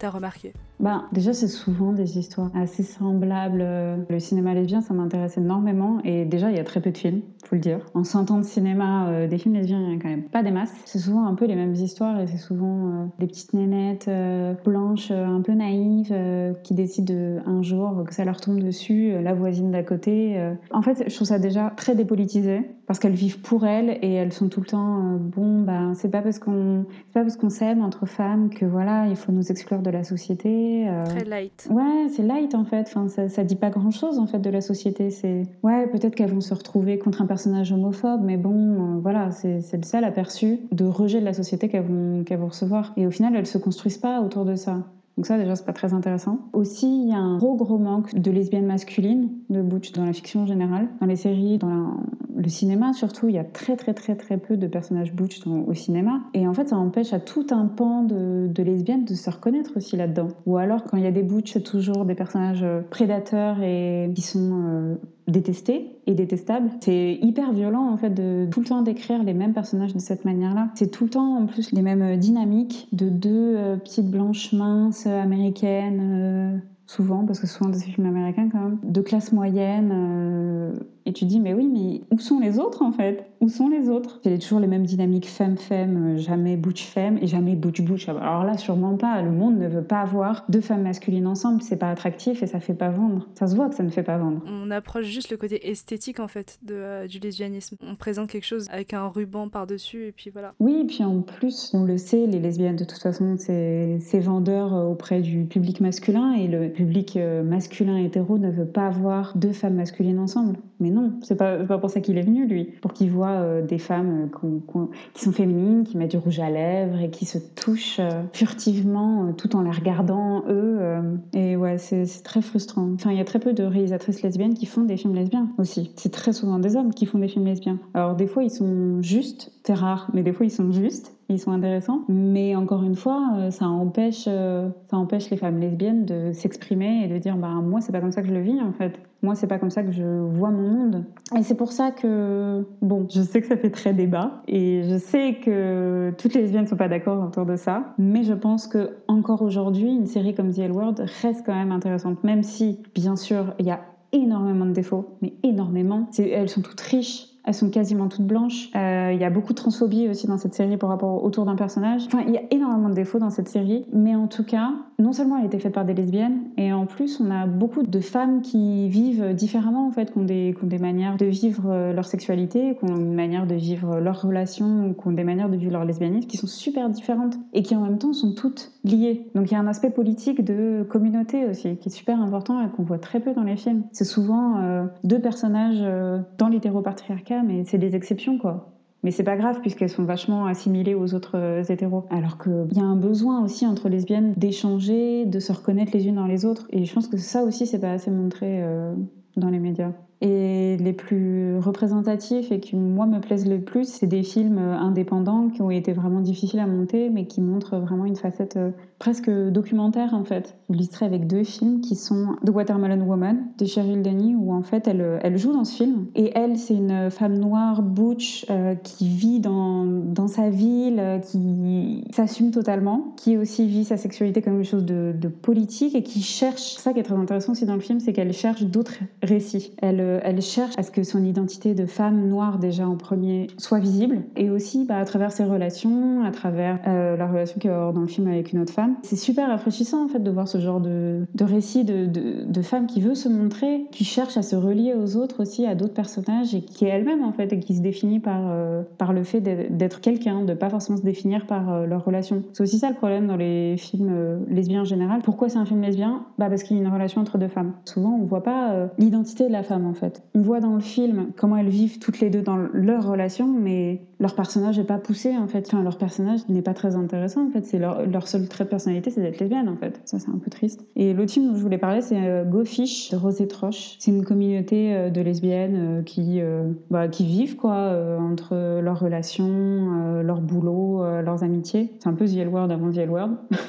Ben, déjà, c'est souvent des histoires assez semblables. Le cinéma lesbien, ça m'intéresse énormément. Et déjà, il y a très peu de films, faut le dire. En cent ans de cinéma, euh, des films lesbiens, il n'y en a quand même pas des masses. C'est souvent un peu les mêmes histoires et c'est souvent euh, des petites nénettes euh, blanches, euh, un peu naïves, euh, qui décident de, un jour que ça leur tombe dessus, euh, la voisine d'à côté. euh. En fait, je trouve ça déjà très dépolitisé parce qu'elles vivent pour elles et elles sont tout le temps euh, bon, ben, c'est pas parce qu'on c'est pas parce qu'on s'aime entre femmes que voilà, il faut nous exclure de la société. Euh... Très light. Ouais, c'est light en fait. Enfin, ça, ça dit pas grand chose en fait de la société. C'est ouais, peut-être qu'elles vont se retrouver contre un personnage homophobe, mais bon, euh, voilà, c'est, c'est le seul aperçu de rejet de la société qu'elles vont, qu'elles vont recevoir. Et au final, elles se construisent pas autour de ça. Donc ça, déjà, c'est pas très intéressant. Aussi, il y a un gros, gros manque de lesbiennes masculines, de butch dans la fiction en général. Dans les séries, dans la... le cinéma surtout, il y a très, très, très, très peu de personnages butch dans... au cinéma. Et en fait, ça empêche à tout un pan de, de lesbiennes de se reconnaître aussi là-dedans. Ou alors, quand il y a des butch, c'est toujours des personnages prédateurs et qui sont... Euh... détestés et détestables. C'est hyper violent en fait de tout le temps décrire les mêmes personnages de cette manière-là. C'est tout le temps en plus les mêmes dynamiques de deux euh, petites blanches minces euh, américaines, euh, souvent, parce que souvent des films américains quand même, de classe moyenne. Euh, et tu dis mais oui, mais où sont les autres en fait ? Où sont les autres ? C'est toujours les mêmes dynamiques femme-femme, jamais butch-femme et jamais butch-butch. Alors là, sûrement pas. Le monde ne veut pas avoir deux femmes masculines ensemble. C'est pas attractif et ça fait pas vendre. Ça se voit que ça ne fait pas vendre. On approche juste le côté esthétique en fait de, euh, du lesbianisme. On présente quelque chose avec un ruban par-dessus et puis voilà. Oui, et puis en plus, on le sait, les lesbiennes de toute façon, c'est, c'est vendeur auprès du public masculin et le public masculin hétéro ne veut pas voir deux femmes masculines ensemble. Mais non, c'est pas, c'est pas pour ça qu'il est venu lui, pour qu'il voit euh, des femmes euh, qui sont féminines, qui mettent du rouge à lèvres et qui se touchent euh, furtivement euh, tout en les regardant eux. Euh, et ouais, c'est, c'est très frustrant. Enfin, il y a très peu de réalisatrices lesbiennes qui font des films lesbiens aussi. C'est très souvent des hommes qui font des films lesbiens. Alors des fois, ils sont justes, c'est rare, mais des fois, ils sont justes. Ils sont intéressants, mais encore une fois, ça empêche, ça empêche les femmes lesbiennes de s'exprimer et de dire bah moi c'est pas comme ça que je le vis en fait. Moi c'est pas comme ça que je vois mon monde. Et c'est pour ça que bon, je sais que ça fait très débat et je sais que toutes les lesbiennes sont pas d'accord autour de ça, mais je pense que encore aujourd'hui, une série comme The L Word reste quand même intéressante, même si bien sûr il y a énormément de défauts, mais énormément. C'est, elles sont toutes riches. Elles sont quasiment toutes blanches. Il euh, y a beaucoup de transphobie aussi dans cette série par rapport autour d'un personnage. Enfin, il y a énormément de défauts dans cette série. Mais en tout cas, non seulement elle a été faite par des lesbiennes, et en plus, on a beaucoup de femmes qui vivent différemment, en fait, qui ont des, qui ont des manières de vivre leur sexualité, qui ont une manière de vivre leurs relations, qui ont des manières de vivre leur lesbianisme, qui sont super différentes, et qui en même temps sont toutes liées. Donc il y a un aspect politique de communauté aussi, qui est super important et qu'on voit très peu dans les films. C'est souvent euh, deux personnages euh, dans l'hétéropatriarcat, mais c'est des exceptions, quoi. Mais c'est pas grave, puisqu'elles sont vachement assimilées aux autres euh, hétéros. Alors qu'il y a un besoin aussi entre lesbiennes d'échanger, de se reconnaître les unes dans les autres. Et je pense que ça aussi, c'est pas assez montré euh, dans les médias. Et les plus représentatifs et qui, moi, me plaisent le plus, c'est des films indépendants qui ont été vraiment difficiles à monter, mais qui montrent vraiment une facette euh, presque documentaire, en fait. Je l'illustrerai avec deux films qui sont The Watermelon Woman, de Cheryl Denny, où, en fait, elle, elle joue dans ce film. Et elle, c'est une femme noire, butch, euh, qui vit dans, dans sa ville, euh, qui s'assume totalement, qui aussi vit sa sexualité comme quelque chose de, de politique et qui cherche... Ça qui est très intéressant aussi dans le film, c'est qu'elle cherche d'autres récits. Elle Elle cherche à ce que son identité de femme noire déjà en premier soit visible et aussi bah, à travers ses relations, à travers euh, la relation qu'elle va avoir dans le film avec une autre femme. C'est super rafraîchissant en fait de voir ce genre de, de récit de, de, de femme qui veut se montrer, qui cherche à se relier aux autres aussi, à d'autres personnages et qui est elle-même en fait et qui se définit par, euh, par le fait d'être quelqu'un, de pas forcément se définir par euh, leur relation. C'est aussi ça le problème dans les films euh, lesbiens en général. Pourquoi c'est un film lesbien ? Bah parce qu'il y a une relation entre deux femmes. Souvent on voit pas euh, l'identité de la femme en fait. On voit dans le film comment elles vivent toutes les deux dans leur relation, mais leur personnage n'est pas poussé en fait. Enfin, leur personnage n'est pas très intéressant en fait. C'est leur, leur seul trait de personnalité, c'est d'être lesbienne en fait. Ça, c'est un peu triste. Et l'autre film dont je voulais parler, c'est euh, Go Fish de Rosé Troche. C'est une communauté euh, de lesbiennes euh, qui, euh, bah, qui vivent quoi euh, entre leurs relations, euh, leur boulot, euh, leurs amitiés. C'est un peu The L Word avant The L Word.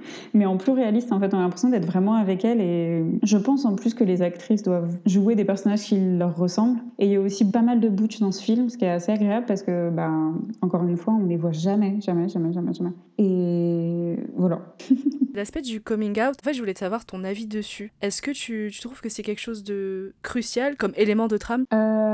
mais en plus réaliste. En fait, on a l'impression d'être vraiment avec elle. Et je pense en plus que les actrices doivent jouer des personnages qui leur ressemblent. Et il y a aussi pas mal de butch dans ce film, ce qui est assez agréable parce que, bah, encore une fois, on les voit jamais, jamais, jamais, jamais, jamais. Et voilà. L'aspect du coming out, en fait, je voulais te savoir ton avis dessus. Est-ce que tu, tu trouves que c'est quelque chose de crucial comme élément de trame ?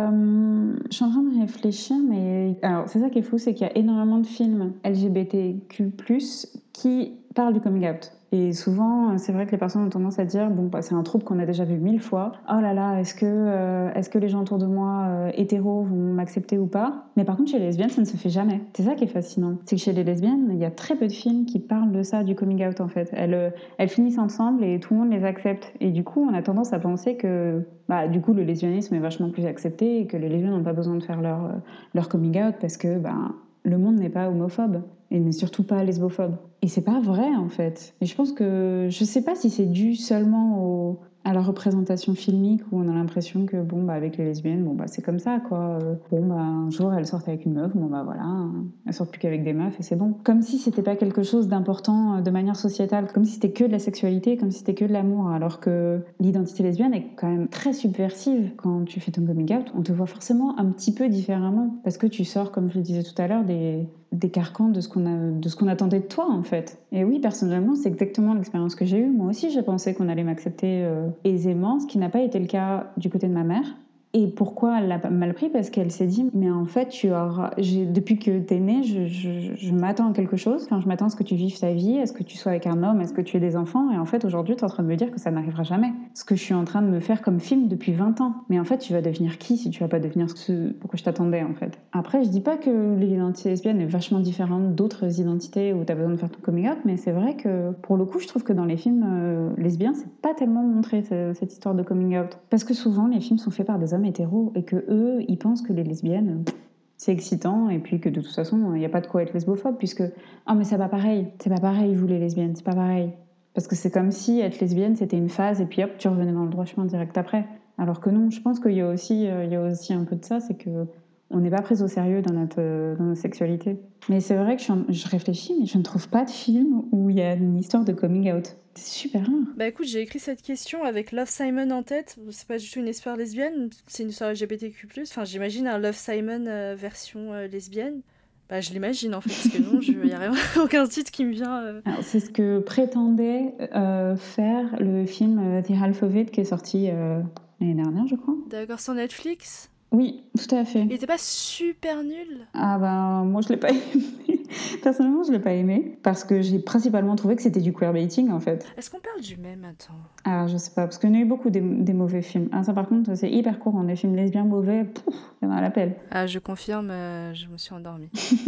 Euh, je suis en train de réfléchir, mais alors c'est ça qui est fou, c'est qu'il y a énormément de films L G B T Q plus, qui parlent du coming out. Et souvent, c'est vrai que les personnes ont tendance à dire bon, bah, c'est un troupe qu'on a déjà vu mille fois. Oh là là, est-ce que, euh, est-ce que les gens autour de moi euh, hétéros vont m'accepter ou pas ? Mais par contre, chez les lesbiennes, ça ne se fait jamais. C'est ça qui est fascinant. C'est que chez les lesbiennes, il y a très peu de films qui parlent de ça, du coming out en fait. Elles, euh, elles finissent ensemble et tout le monde les accepte. Et du coup, on a tendance à penser que bah, du coup, le lesbianisme est vachement plus accepté et que les lesbiennes n'ont pas besoin de faire leur, euh, leur coming out parce que bah, le monde n'est pas homophobe et n'est surtout pas lesbophobe. Et c'est pas vrai en fait. Et je pense que je sais pas si c'est dû seulement au, à la représentation filmique où on a l'impression que bon bah avec les lesbiennes bon bah c'est comme ça quoi. Bon bah un jour elles sortent avec une meuf, bon bah voilà, elles sortent plus qu'avec des meufs et c'est bon. Comme si c'était pas quelque chose d'important de manière sociétale, comme si c'était que de la sexualité, comme si c'était que de l'amour, alors que l'identité lesbienne est quand même très subversive. Quand tu fais ton coming out, on te voit forcément un petit peu différemment parce que tu sors, comme je le disais tout à l'heure, des des carcans de ce qu'on a, de ce qu'on attendait de toi en fait. Et oui, personnellement, c'est exactement l'expérience que j'ai eue. Moi aussi, j'ai pensé qu'on allait m'accepter euh, aisément, ce qui n'a pas été le cas du côté de ma mère. Et pourquoi elle l'a mal pris ? Parce qu'elle s'est dit, mais en fait, tu auras... J'ai... depuis que t'es née, je, je, je m'attends à quelque chose. Enfin, je m'attends à ce que tu vives ta vie, à ce que tu sois avec un homme, à ce que tu aies des enfants. Et en fait, aujourd'hui, tu es en train de me dire que ça n'arrivera jamais. Ce que je suis en train de me faire comme film depuis vingt ans. Mais en fait, tu vas devenir qui si tu vas pas devenir ce pourquoi je t'attendais, en fait. Après, je dis pas que l'identité lesbienne est vachement différente d'autres identités où tu as besoin de faire ton coming out, mais c'est vrai que, pour le coup, je trouve que dans les films euh, lesbiens, c'est pas tellement montré, cette, cette histoire de coming out. Parce que souvent, les films sont faits par des hommes hétéros et que eux, ils pensent que les lesbiennes, c'est excitant et puis que de toute façon, il n'y a pas de quoi être lesbophobe puisque ah mais c'est pas pareil, c'est pas pareil vous les lesbiennes, c'est pas pareil. Parce que c'est comme si être lesbienne c'était une phase et puis hop tu revenais dans le droit chemin direct après. Alors que non, je pense qu'il y a aussi, euh, il y a aussi un peu de ça, c'est que on n'est pas pris au sérieux dans notre, euh, dans notre sexualité. Mais c'est vrai que je, suis en- je réfléchis, mais je ne trouve pas de film où il y a une histoire de coming out. C'est super rare. Bah écoute, j'ai écrit cette question avec Love Simon en tête. C'est pas du tout une histoire lesbienne, c'est une histoire L G B T Q plus. Enfin, j'imagine un Love Simon euh, version euh, lesbienne. Bah je l'imagine en fait, parce que non, il n'y a rien, aucun titre qui me vient. Euh... Alors, c'est ce que prétendait euh, faire le film euh, The Half of It qui est sorti euh, l'année dernière, je crois. D'accord, sur Netflix ? Oui, tout à fait. Il était pas super nul ? Ah ben, moi je l'ai pas aimé. Personnellement, je l'ai pas aimé parce que j'ai principalement trouvé que c'était du queerbaiting en fait. Est-ce qu'on parle du même ? Attends. Alors je sais pas, parce qu'il y en a eu beaucoup des, des mauvais films. Ah ça par contre, c'est hyper courant, des films lesbiens mauvais, pouf, il y en a à l'appel. Ah, je confirme, euh, je me suis endormie.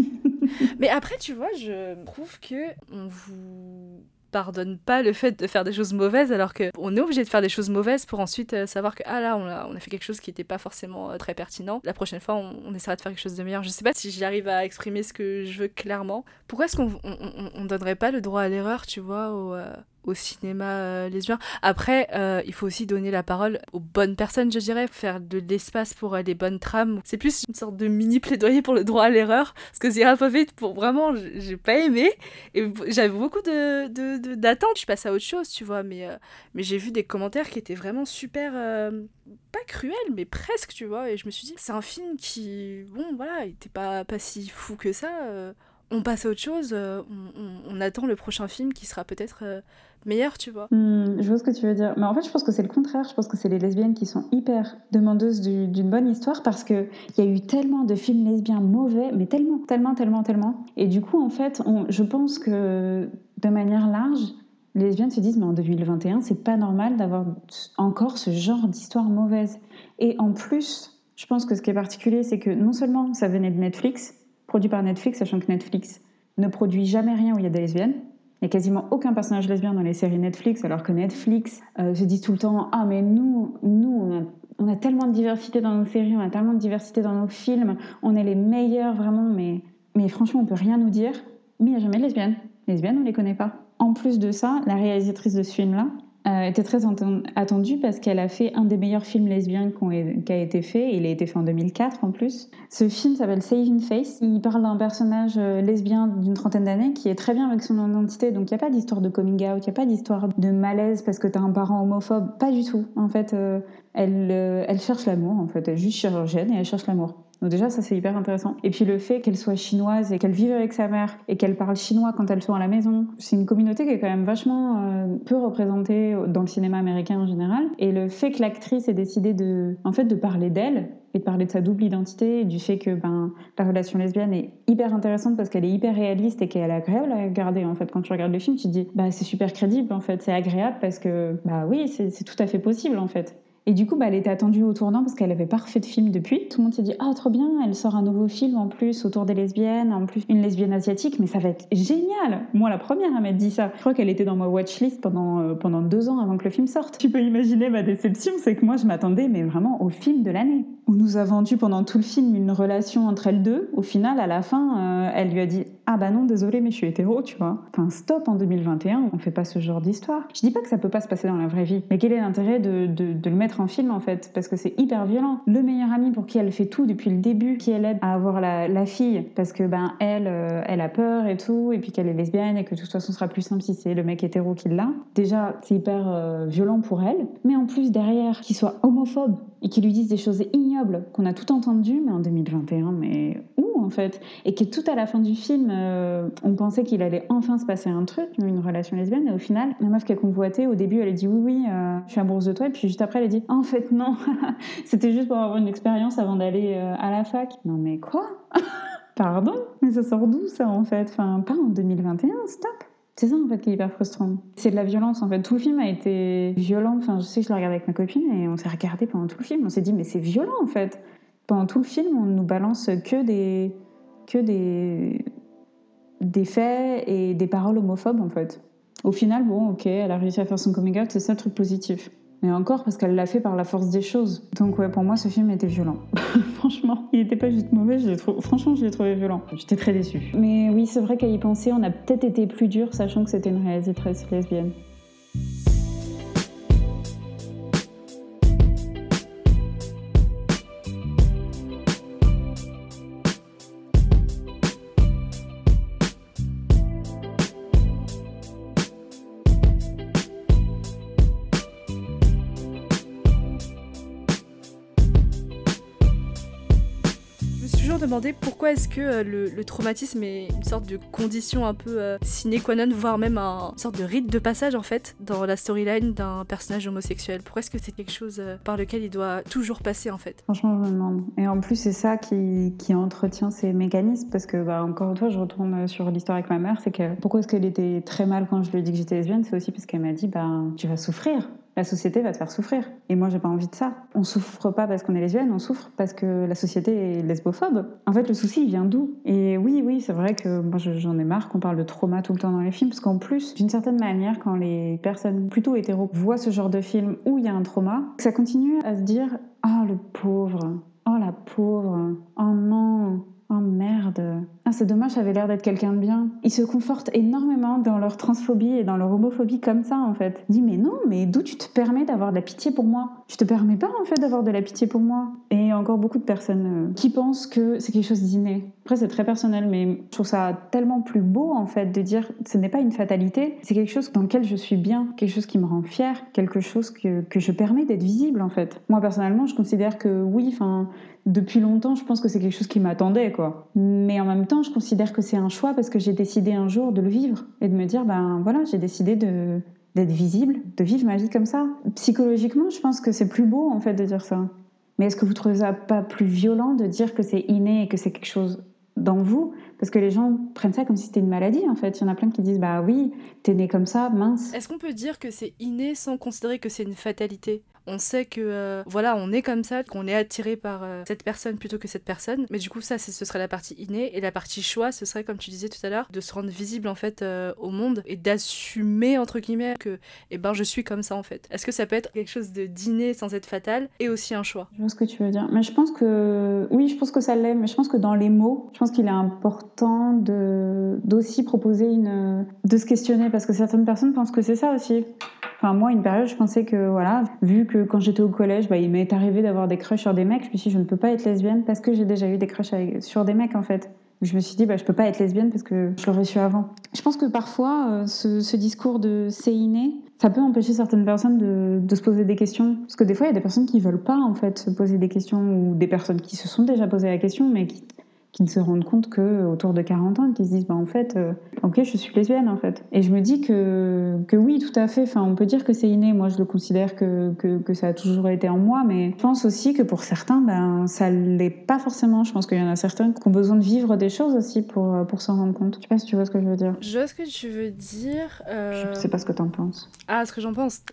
Mais après, tu vois, je trouve que on vous pardonne pas le fait de faire des choses mauvaises, alors qu'on est obligé de faire des choses mauvaises pour ensuite euh, savoir que ah là on a, on a fait quelque chose qui n'était pas forcément euh, très pertinent. La prochaine fois on, on essaiera de faire quelque chose de meilleur. Je sais pas si j'arrive à exprimer ce que je veux clairement. Pourquoi est-ce qu'on on, on, on donnerait pas le droit à l'erreur, tu vois, au, euh, au cinéma euh, lesbien ? Après, euh, il faut aussi donner la parole aux bonnes personnes, je dirais, faire de l'espace pour euh, les bonnes trames. C'est plus une sorte de mini plaidoyer pour le droit à l'erreur, parce que The Half of It, pour vraiment, j'ai pas aimé, et j'avais beaucoup de, de, de, d'attentes. Je passe à autre chose, tu vois, mais, euh, mais j'ai vu des commentaires qui étaient vraiment super, euh, pas cruels, mais presque, tu vois, et je me suis dit, c'est un film qui, bon, voilà, il était pas, pas si fou que ça, euh, on passe à autre chose, euh, on, on, on attend le prochain film qui sera peut-être euh, meilleur, tu vois. Mmh, je vois ce que tu veux dire. Mais en fait, je pense que c'est le contraire. Je pense que c'est les lesbiennes qui sont hyper demandeuses du, d'une bonne histoire parce qu'il y a eu tellement de films lesbiens mauvais, mais tellement, tellement, tellement, tellement. Et du coup, en fait, on, je pense que de manière large, les lesbiennes se disent, mais en deux mille vingt et un, c'est pas normal d'avoir encore ce genre d'histoire mauvaise. Et en plus, je pense que ce qui est particulier, c'est que non seulement ça venait de Netflix, produit par Netflix, sachant que Netflix ne produit jamais rien où il y a des lesbiennes. Il n'y a quasiment aucun personnage lesbien dans les séries Netflix, alors que Netflix euh, se dit tout le temps « Ah, mais nous, nous on, a, on a tellement de diversité dans nos séries, on a tellement de diversité dans nos films, on est les meilleurs, vraiment, mais, mais franchement, on ne peut rien nous dire. » Mais il n'y a jamais de lesbiennes. Les lesbiennes, on ne les connaît pas. En plus de ça, la réalisatrice de ce film-là, euh, était très attendue parce qu'elle a fait un des meilleurs films lesbiens qui a été fait. Il a été fait en deux mille quatre en plus. Ce film s'appelle Saving Face. Il parle d'un personnage lesbien d'une trentaine d'années qui est très bien avec son identité. Donc il n'y a pas d'histoire de coming out, il n'y a pas d'histoire de malaise parce que tu as un parent homophobe. Pas du tout. En fait, euh, elle, euh, elle cherche l'amour. En fait, elle est juste chirurgienne et elle cherche l'amour. Donc déjà, ça, c'est hyper intéressant. Et puis le fait qu'elle soit chinoise et qu'elle vive avec sa mère et qu'elle parle chinois quand elle soit à la maison, c'est une communauté qui est quand même vachement euh, peu représentée dans le cinéma américain en général. Et le fait que l'actrice ait décidé de, en fait, de parler d'elle et de parler de sa double identité, et du fait que ben, la relation lesbienne est hyper intéressante parce qu'elle est hyper réaliste et qu'elle est agréable à regarder. En fait, quand tu regardes le film, tu te dis, bah, c'est super crédible, en fait, c'est agréable parce que, bah oui, c'est, c'est tout à fait possible, en fait. Et du coup, bah, elle était attendue au tournant parce qu'elle avait pas refait de film depuis. Tout le monde s'est dit « Ah, trop bien, elle sort un nouveau film en plus autour des lesbiennes, en plus une lesbienne asiatique, mais ça va être génial !» Moi, la première à m'être dit ça. Je crois qu'elle était dans ma watchlist pendant, euh, pendant deux ans avant que le film sorte. Tu peux imaginer ma déception, c'est que moi, je m'attendais mais vraiment au film de l'année. On nous a vendu pendant tout le film une relation entre elles deux. Au final, à la fin, euh, elle lui a dit « Ah bah non, désolée, mais je suis hétéro, tu vois. » Enfin, stop, en deux mille vingt et un, on fait pas ce genre d'histoire. Je dis pas que ça peut pas se passer dans la vraie vie, mais quel est l'intérêt de, de, de le mettre en film, en fait, parce que c'est hyper violent. Le meilleur ami pour qui elle fait tout depuis le début, qui elle aide à avoir la, la fille, parce que ben elle, euh, elle a peur et tout, et puis qu'elle est lesbienne et que de toute façon ce sera plus simple si c'est le mec hétéro qui l'a. Déjà, c'est hyper euh, violent pour elle, mais en plus derrière, qu'il soit homophobe et qu'il lui dise des choses ignobles qu'on a tout entendu, mais en deux mille vingt et un, mais où en fait? Et que tout à la fin du film, euh, on pensait qu'il allait enfin se passer un truc, une relation lesbienne, et au final, la meuf qu'elle convoitait, au début, elle a dit oui, oui, euh, je suis amoureuse de toi, et puis juste après, elle a dit oh, en fait, non, c'était juste pour avoir une expérience avant d'aller euh, à la fac. Non, mais quoi? Pardon? Mais ça sort d'où ça en fait? Enfin, pas en deux mille vingt et un, stop! C'est ça en fait qui est hyper frustrant. C'est de la violence en fait. Tout le film a été violent. Enfin, je sais que je l'ai regardé avec ma copine et on s'est regardé pendant tout le film. On s'est dit mais c'est violent en fait. Pendant tout le film, on nous balance que des que des des faits et des paroles homophobes en fait. Au final, bon, ok, elle a réussi à faire son coming out, c'est ça le truc positif. Mais encore parce qu'elle l'a fait par la force des choses. Donc ouais, pour moi, ce film était violent. Franchement, il était pas juste mauvais, je l'ai trouvé... franchement, je l'ai trouvé violent. J'étais très déçue. Mais oui, c'est vrai qu'à y penser, on a peut-être été plus dur, sachant que c'était une réalisatrice lesbienne. Demander pourquoi est-ce que euh, le, le traumatisme est une sorte de condition un peu euh, sine qua non, voire même un, une sorte de rite de passage en fait dans la storyline d'un personnage homosexuel. Pourquoi est-ce que c'est quelque chose euh, par lequel il doit toujours passer en fait? Franchement, je me demande. Et en plus, c'est ça qui, qui entretient ces mécanismes parce que, bah, encore une fois, je retourne sur l'histoire avec ma mère, c'est que pourquoi est-ce qu'elle était très mal quand je lui ai dit que j'étais lesbienne? C'est aussi parce qu'elle m'a dit, bah, tu vas souffrir. La société va te faire souffrir. Et moi, j'ai pas envie de ça. On souffre pas parce qu'on est lesbienne, on souffre parce que la société est lesbophobe. En fait, le souci, il vient d'où? Et oui, oui, c'est vrai que moi, j'en ai marre qu'on parle de trauma tout le temps dans les films, parce qu'en plus, d'une certaine manière, quand les personnes plutôt hétéros voient ce genre de film où il y a un trauma, ça continue à se dire « Oh, le pauvre, oh la pauvre, oh non ». Oh merde. Ah, c'est dommage, ça avait l'air d'être quelqu'un de bien. Ils se confortent énormément dans leur transphobie et dans leur homophobie comme ça, en fait. Dis, mais non, mais d'où tu te permets d'avoir de la pitié pour moi? Tu te permets pas, en fait, d'avoir de la pitié pour moi. Et encore beaucoup de personnes euh, qui pensent que c'est quelque chose d'inné. Après, c'est très personnel, mais je trouve ça tellement plus beau, en fait, de dire ce n'est pas une fatalité, c'est quelque chose dans lequel je suis bien, quelque chose qui me rend fière, quelque chose que, que je permets d'être visible, en fait. Moi, personnellement, je considère que oui, enfin... Depuis longtemps, je pense que c'est quelque chose qui m'attendait, quoi. Mais en même temps, je considère que c'est un choix parce que j'ai décidé un jour de le vivre et de me dire, ben voilà, j'ai décidé de, d'être visible, de vivre ma vie comme ça. Psychologiquement, je pense que c'est plus beau, en fait, de dire ça. Mais est-ce que vous trouvez ça pas plus violent de dire que c'est inné et que c'est quelque chose dans vous? Parce que les gens prennent ça comme si c'était une maladie, en fait. Il y en a plein qui disent, bah oui, t'es né comme ça, mince. Est-ce qu'on peut dire que c'est inné sans considérer que c'est une fatalité? On sait que euh, voilà, on est comme ça, qu'on est attiré par euh, cette personne plutôt que cette personne. Mais du coup, ça, c'est, ce serait la partie innée. Et la partie choix, ce serait, comme tu disais tout à l'heure, de se rendre visible en fait euh, au monde et d'assumer entre guillemets que eh ben, je suis comme ça en fait. Est-ce que ça peut être quelque chose de d'inné sans être fatal et aussi un choix? Je vois ce que tu veux dire. Mais je pense que... Oui, je pense que ça l'est, mais je pense que dans les mots, je pense qu'il est important de... d'aussi proposer une... de se questionner, parce que certaines personnes pensent que c'est ça aussi. Enfin, moi, une période, je pensais que, voilà, vu que quand j'étais au collège, bah, il m'est arrivé d'avoir des crushs sur des mecs, je me suis dit, je ne peux pas être lesbienne parce que j'ai déjà eu des crushs avec... sur des mecs, en fait. Je me suis dit, bah, je peux pas être lesbienne parce que je l'aurais su avant. Je pense que parfois, euh, ce, ce discours de c'est inné, ça peut empêcher certaines personnes de, de se poser des questions. Parce que des fois, il y a des personnes qui veulent pas, en fait, se poser des questions, ou des personnes qui se sont déjà posé la question, mais qui, qui ne se rendent compte qu'autour de quarante ans, qui se disent, bah, en fait, euh, ok, je suis lesbienne, en fait. Et je me dis que, que oui, tout à fait, enfin, on peut dire que c'est inné. Moi, je le considère que, que, que ça a toujours été en moi, mais je pense aussi que pour certains, ben, ça l'est pas forcément. Je pense qu'il y en a certains qui ont besoin de vivre des choses aussi pour, pour s'en rendre compte. Je sais pas si tu vois ce que je veux dire. Je vois ce que tu veux dire. Euh... Je sais pas ce que t'en penses. Ah, ce que j'en pense.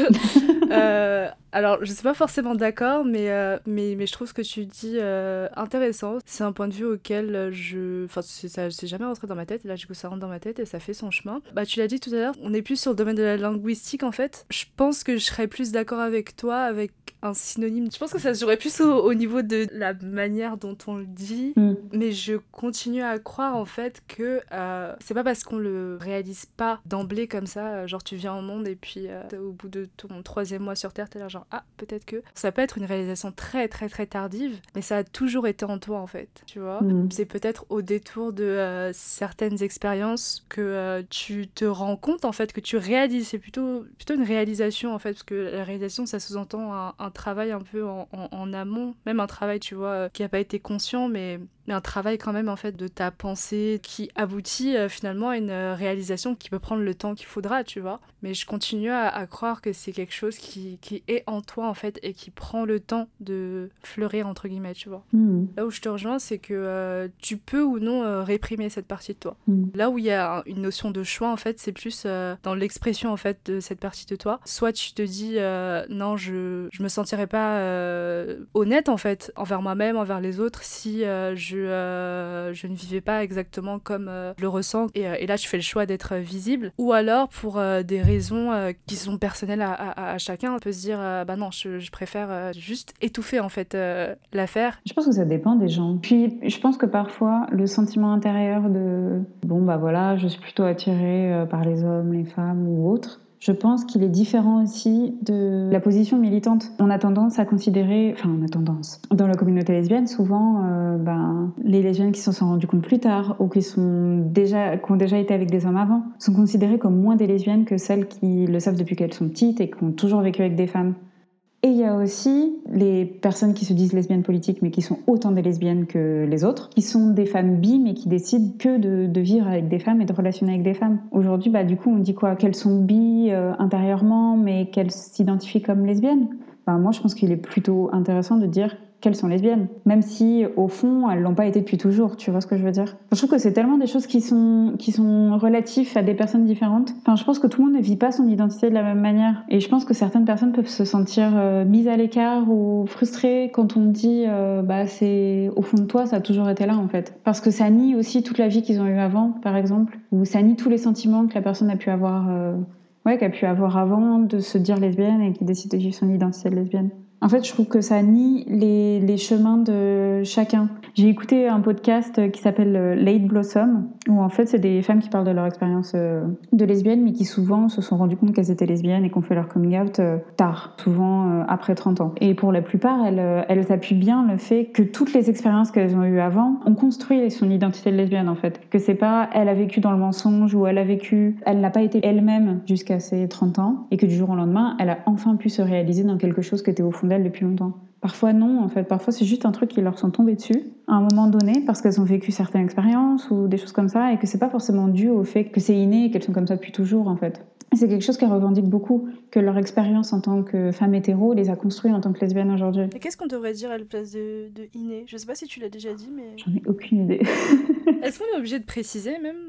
euh, alors, je suis pas forcément d'accord, mais, euh, mais, mais je trouve ce que tu dis euh, intéressant. C'est un point de vue auquel je... Enfin, c'est, ça c'est jamais rentré dans ma tête, et là, du coup, ça rentre dans ma tête et ça fait son chemin. Bah, tu l'as dit tout à l'heure, on est plus sur le domaine de la linguistique, en fait. Je pense que je serais plus d'accord avec toi, avec un synonyme. Je pense que ça se jouerait plus au, au niveau de la manière dont on le dit, mm. mais je continue à croire, en fait, que euh, c'est pas parce qu'on le réalise pas d'emblée comme ça, genre tu viens au monde et puis euh, au bout de ton troisième mois sur Terre, t'es là genre ah peut-être que ça peut être une réalisation très très très tardive, mais ça a toujours été en toi en fait, tu vois. Mmh. C'est peut-être au détour de euh, certaines expériences que euh, tu te rends compte en fait, que tu réalises. C'est plutôt plutôt une réalisation en fait, parce que la réalisation ça sous-entend un, un travail un peu en, en, en amont, même un travail tu vois euh, qui a pas été conscient, mais mais un travail quand même en fait de ta pensée qui aboutit euh, finalement à une euh, réalisation qui peut prendre le temps qu'il faudra, tu vois. Mais je continue à, à croire que c'est quelque chose qui, qui est en toi en fait et qui prend le temps de fleurir entre guillemets, tu vois. Mmh. Là où je te rejoins, c'est que euh, tu peux ou non euh, réprimer cette partie de toi. Mmh. Là où il y a une notion de choix en fait, c'est plus euh, dans l'expression en fait de cette partie de toi. Soit tu te dis euh, non, je je me sentirais pas euh, honnête en fait envers moi-même, envers les autres si euh, je Je, euh, je ne vivais pas exactement comme euh, je le ressens et, euh, et là je fais le choix d'être visible, ou alors pour euh, des raisons euh, qui sont personnelles à, à, à chacun, on peut se dire euh, bah non je, je préfère euh, juste étouffer en fait euh, l'affaire. Je pense que ça dépend des gens, puis je pense que parfois le sentiment intérieur de bon bah voilà je suis plutôt attirée euh, par les hommes, les femmes ou autres, je pense qu'il est différent aussi de la position militante. On a tendance à considérer, enfin on a tendance, dans la communauté lesbienne, souvent, euh, ben, les lesbiennes qui s'en sont rendues compte plus tard ou qui, sont déjà, qui ont déjà été avec des hommes avant, sont considérées comme moins des lesbiennes que celles qui le savent depuis qu'elles sont petites et qui ont toujours vécu avec des femmes. Et il y a aussi les personnes qui se disent lesbiennes politiques, mais qui sont autant des lesbiennes que les autres, qui sont des femmes bi, mais qui décident que de, de vivre avec des femmes et de relationner avec des femmes. Aujourd'hui, bah, du coup, on dit quoi ? Qu'elles sont bi euh, intérieurement, mais qu'elles s'identifient comme lesbiennes ? Bah, moi, je pense qu'il est plutôt intéressant de dire qu'elles sont lesbiennes, même si au fond elles l'ont pas été depuis toujours, tu vois ce que je veux dire. Je trouve que c'est tellement des choses qui sont qui sont relatives à des personnes différentes. Enfin, je pense que tout le monde ne vit pas son identité de la même manière, et je pense que certaines personnes peuvent se sentir euh, mises à l'écart ou frustrées quand on dit euh, bah c'est au fond de toi ça a toujours été là en fait, parce que ça nie aussi toute la vie qu'ils ont eue avant, par exemple, ou ça nie tous les sentiments que la personne a pu avoir euh, ouais qu'a pu avoir avant de se dire lesbienne et qui décide de vivre son identité de lesbienne. En fait, je trouve que ça nie les, les chemins de chacun. J'ai écouté un podcast qui s'appelle Late Blossom, où en fait, c'est des femmes qui parlent de leur expérience de lesbienne, mais qui souvent se sont rendues compte qu'elles étaient lesbiennes et qu'on fait leur coming out tard, souvent après trente ans. Et pour la plupart, elles, elles appuient bien le fait que toutes les expériences qu'elles ont eues avant ont construit son identité de lesbienne, en fait. Que c'est pas elle a vécu dans le mensonge, ou elle a vécu, elle n'a pas été elle-même jusqu'à ses trente ans, et que du jour au lendemain, elle a enfin pu se réaliser dans quelque chose qui était au fond d'elle depuis longtemps. Parfois non, en fait. Parfois c'est juste un truc qui leur sont tombés dessus à un moment donné parce qu'elles ont vécu certaines expériences ou des choses comme ça, et que c'est pas forcément dû au fait que c'est inné et qu'elles sont comme ça depuis toujours, en fait. Et c'est quelque chose qu'elles revendiquent beaucoup, que leur expérience en tant que femme hétéro les a construites en tant que lesbienne aujourd'hui. Et qu'est-ce qu'on devrait dire à la place de, de inné ? Je sais pas si tu l'as déjà dit, mais... J'en ai aucune idée. Est-ce qu'on est obligé de préciser même le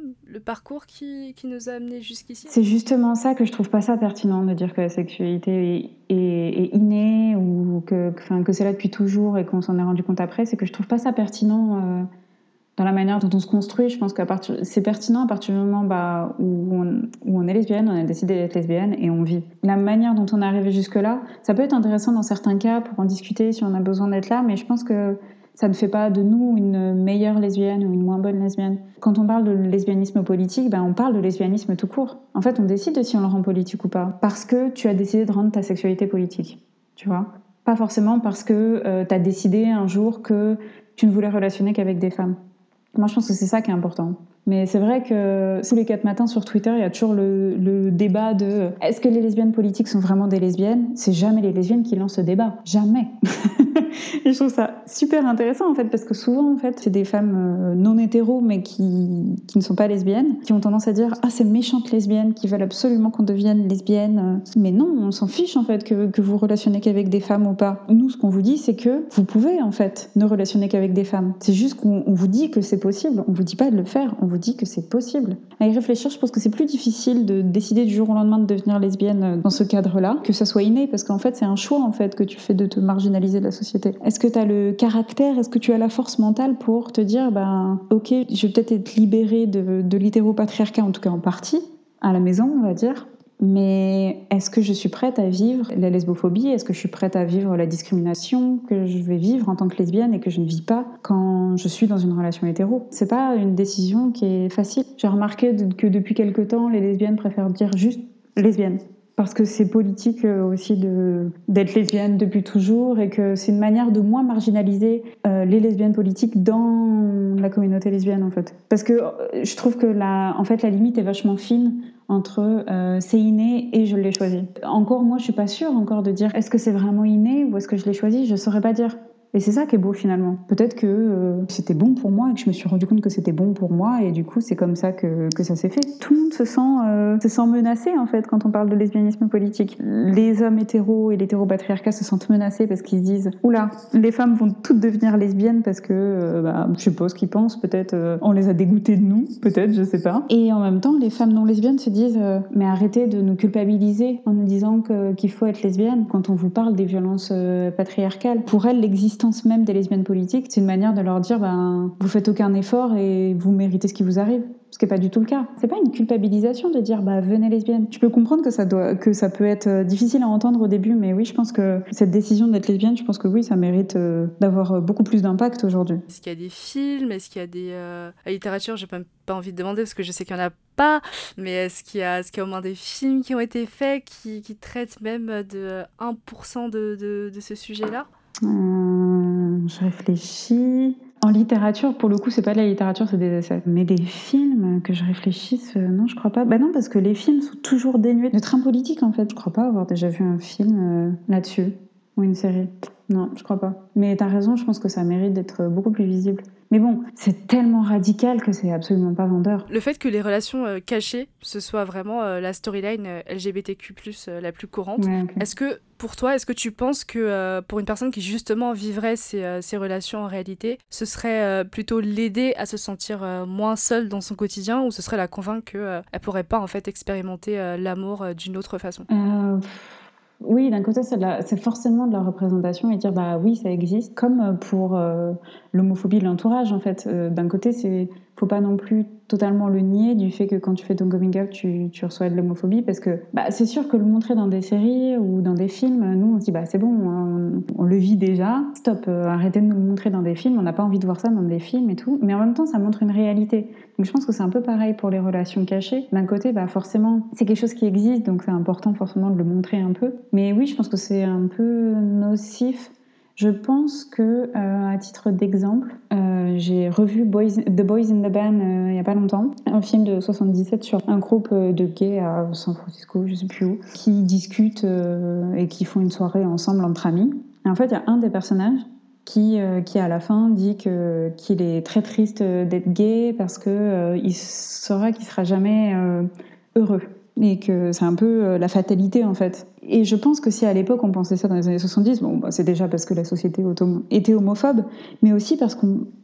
parcours qui, qui nous a amenés jusqu'ici. C'est justement ça que je trouve pas ça pertinent de dire que la sexualité est, est, est innée ou que, que, que c'est là depuis toujours et qu'on s'en est rendu compte après. C'est que je trouve pas ça pertinent euh, dans la manière dont on se construit. Je pense que c'est pertinent à partir du moment bah, où, on, où on est lesbienne, on a décidé d'être lesbienne et on vit. La manière dont on est arrivé jusque-là, ça peut être intéressant dans certains cas pour en discuter si on a besoin d'être là, mais je pense que ça ne fait pas de nous une meilleure lesbienne ou une moins bonne lesbienne. Quand on parle de lesbianisme politique, ben on parle de lesbianisme tout court. En fait, on décide de si on le rend politique ou pas. Parce que tu as décidé de rendre ta sexualité politique, tu vois. Pas forcément parce que euh, tu as décidé un jour que tu ne voulais relationner qu'avec des femmes. Moi, je pense que c'est ça qui est important. Mais c'est vrai que tous les quatre matins sur Twitter, il y a toujours le, le débat de est-ce que les lesbiennes politiques sont vraiment des lesbiennes ? C'est jamais les lesbiennes qui lancent ce débat. Jamais. Et je trouve ça super intéressant en fait, parce que souvent en fait, c'est des femmes non hétéros mais qui, qui ne sont pas lesbiennes, qui ont tendance à dire ah ces méchantes lesbiennes qui veulent absolument qu'on devienne lesbienne. Mais non, on s'en fiche en fait que, que vous relationnez qu'avec des femmes ou pas. Nous, ce qu'on vous dit, c'est que vous pouvez en fait ne relationner qu'avec des femmes. C'est juste qu'on on vous dit que c'est possible. On vous dit pas de le faire. On vous dit que c'est possible. À y réfléchir, je pense que c'est plus difficile de décider du jour au lendemain de devenir lesbienne dans ce cadre-là, que ça soit inné, parce qu'en fait, c'est un choix en fait que tu fais de te marginaliser de la société. Est-ce que tu as le caractère, est-ce que tu as la force mentale pour te dire, ben, ok, je vais peut-être être libérée de, de l'hétéropatriarcat, en tout cas en partie, à la maison, on va dire. Mais est-ce que je suis prête à vivre la lesbophobie ? Est-ce que je suis prête à vivre la discrimination que je vais vivre en tant que lesbienne et que je ne vis pas quand je suis dans une relation hétéro ? C'est pas une décision qui est facile. J'ai remarqué que depuis quelque temps, les lesbiennes préfèrent dire juste lesbienne. Parce que c'est politique aussi de, d'être lesbienne depuis toujours et que c'est une manière de moins marginaliser euh, les lesbiennes politiques dans la communauté lesbienne en fait. Parce que euh, je trouve que la, en fait, la limite est vachement fine entre euh, c'est inné et je l'ai choisi. Encore moi je suis pas sûre encore de dire est-ce que c'est vraiment inné ou est-ce que je l'ai choisi, je saurais pas dire. Et c'est ça qui est beau finalement. Peut-être que euh, c'était bon pour moi et que je me suis rendu compte que c'était bon pour moi et du coup c'est comme ça que, que ça s'est fait. Tout le monde se sent, euh, se sent menacé en fait quand on parle de lesbianisme politique. Les hommes hétéros et l'hétéropatriarcat se sentent menacés parce qu'ils se disent oula, les femmes vont toutes devenir lesbiennes parce que, euh, bah, je sais pas ce qu'ils pensent, peut-être euh, on les a dégoûtées de nous, peut-être, je sais pas. Et en même temps, les femmes non lesbiennes se disent euh, mais arrêtez de nous culpabiliser en nous disant que, qu'il faut être lesbienne quand on vous parle des violences euh, patriarcales. Pour elles, l'existence même des lesbiennes politiques, c'est une manière de leur dire ben, vous faites aucun effort et vous méritez ce qui vous arrive. Ce qui n'est pas du tout le cas. C'est pas une culpabilisation de dire bah venez lesbienne. Je peux comprendre que ça doit, que ça peut être difficile à entendre au début, mais oui, je pense que cette décision d'être lesbienne, je pense que oui, ça mérite euh, d'avoir beaucoup plus d'impact aujourd'hui. Est-ce qu'il y a des films ? Est-ce qu'il y a des euh... la littérature ? J'ai même pas envie de demander parce que je sais qu'il y en a pas. Mais est-ce qu'il y a, est-ce qu'il y a au moins des films qui ont été faits qui, qui traitent même de un pour cent de, de, de ce sujet-là ? Euh, je réfléchis. En littérature, pour le coup, c'est pas de la littérature, c'est des essais. Mais des films que je réfléchisse, euh, non, je crois pas. Bah non, parce que les films sont toujours dénués de trame politique, en fait. Je crois pas avoir déjà vu un film euh, là-dessus, ou une série. Non, je crois pas. Mais t'as raison, je pense que ça mérite d'être beaucoup plus visible. Mais bon, c'est tellement radical que c'est absolument pas vendeur. Le fait que les relations euh, cachées, ce soit vraiment euh, la storyline euh, L G B T Q plus, euh, la plus courante, ouais, okay. Est-ce que, pour toi, est-ce que tu penses que euh, pour une personne qui justement vivrait ces, euh, ces relations en réalité, ce serait euh, plutôt l'aider à se sentir euh, moins seule dans son quotidien, ou ce serait la convaincre qu'elle euh, ne pourrait pas en fait expérimenter euh, l'amour euh, d'une autre façon ? euh... Oui, d'un côté, c'est, de la, c'est forcément de la représentation et dire bah oui, ça existe, comme pour euh, l'homophobie de l'entourage en fait. Euh, d'un côté, c'est faut pas non plus totalement le nier du fait que quand tu fais ton coming out, tu, tu reçois de l'homophobie parce que bah, c'est sûr que le montrer dans des séries ou dans des films, nous on se dit bah c'est bon, on, on le vit déjà, stop, euh, arrêtez de nous le montrer dans des films, on n'a pas envie de voir ça dans des films et tout, mais en même temps ça montre une réalité. Donc je pense que c'est un peu pareil pour les relations cachées. D'un côté, bah forcément, c'est quelque chose qui existe, donc c'est important forcément de le montrer un peu. Mais oui, je pense que c'est un peu nocif. Je pense que, euh, à titre d'exemple, euh, j'ai revu Boys, The Boys in the Band euh, il n'y a pas longtemps, un film de soixante-dix-sept sur un groupe de gays à San Francisco, je sais plus où, qui discutent euh, et qui font une soirée ensemble entre amis. Et en fait, il y a un des personnages qui, euh, qui à la fin dit que, qu'il est très triste d'être gay parce qu'il euh, saura qu'il ne sera jamais euh, heureux. Et que c'est un peu euh, la fatalité en fait. Et je pense que si à l'époque on pensait ça dans les années soixante-dix, bon, bah, c'est déjà parce que la société auto- était homophobe, mais aussi parce qu'on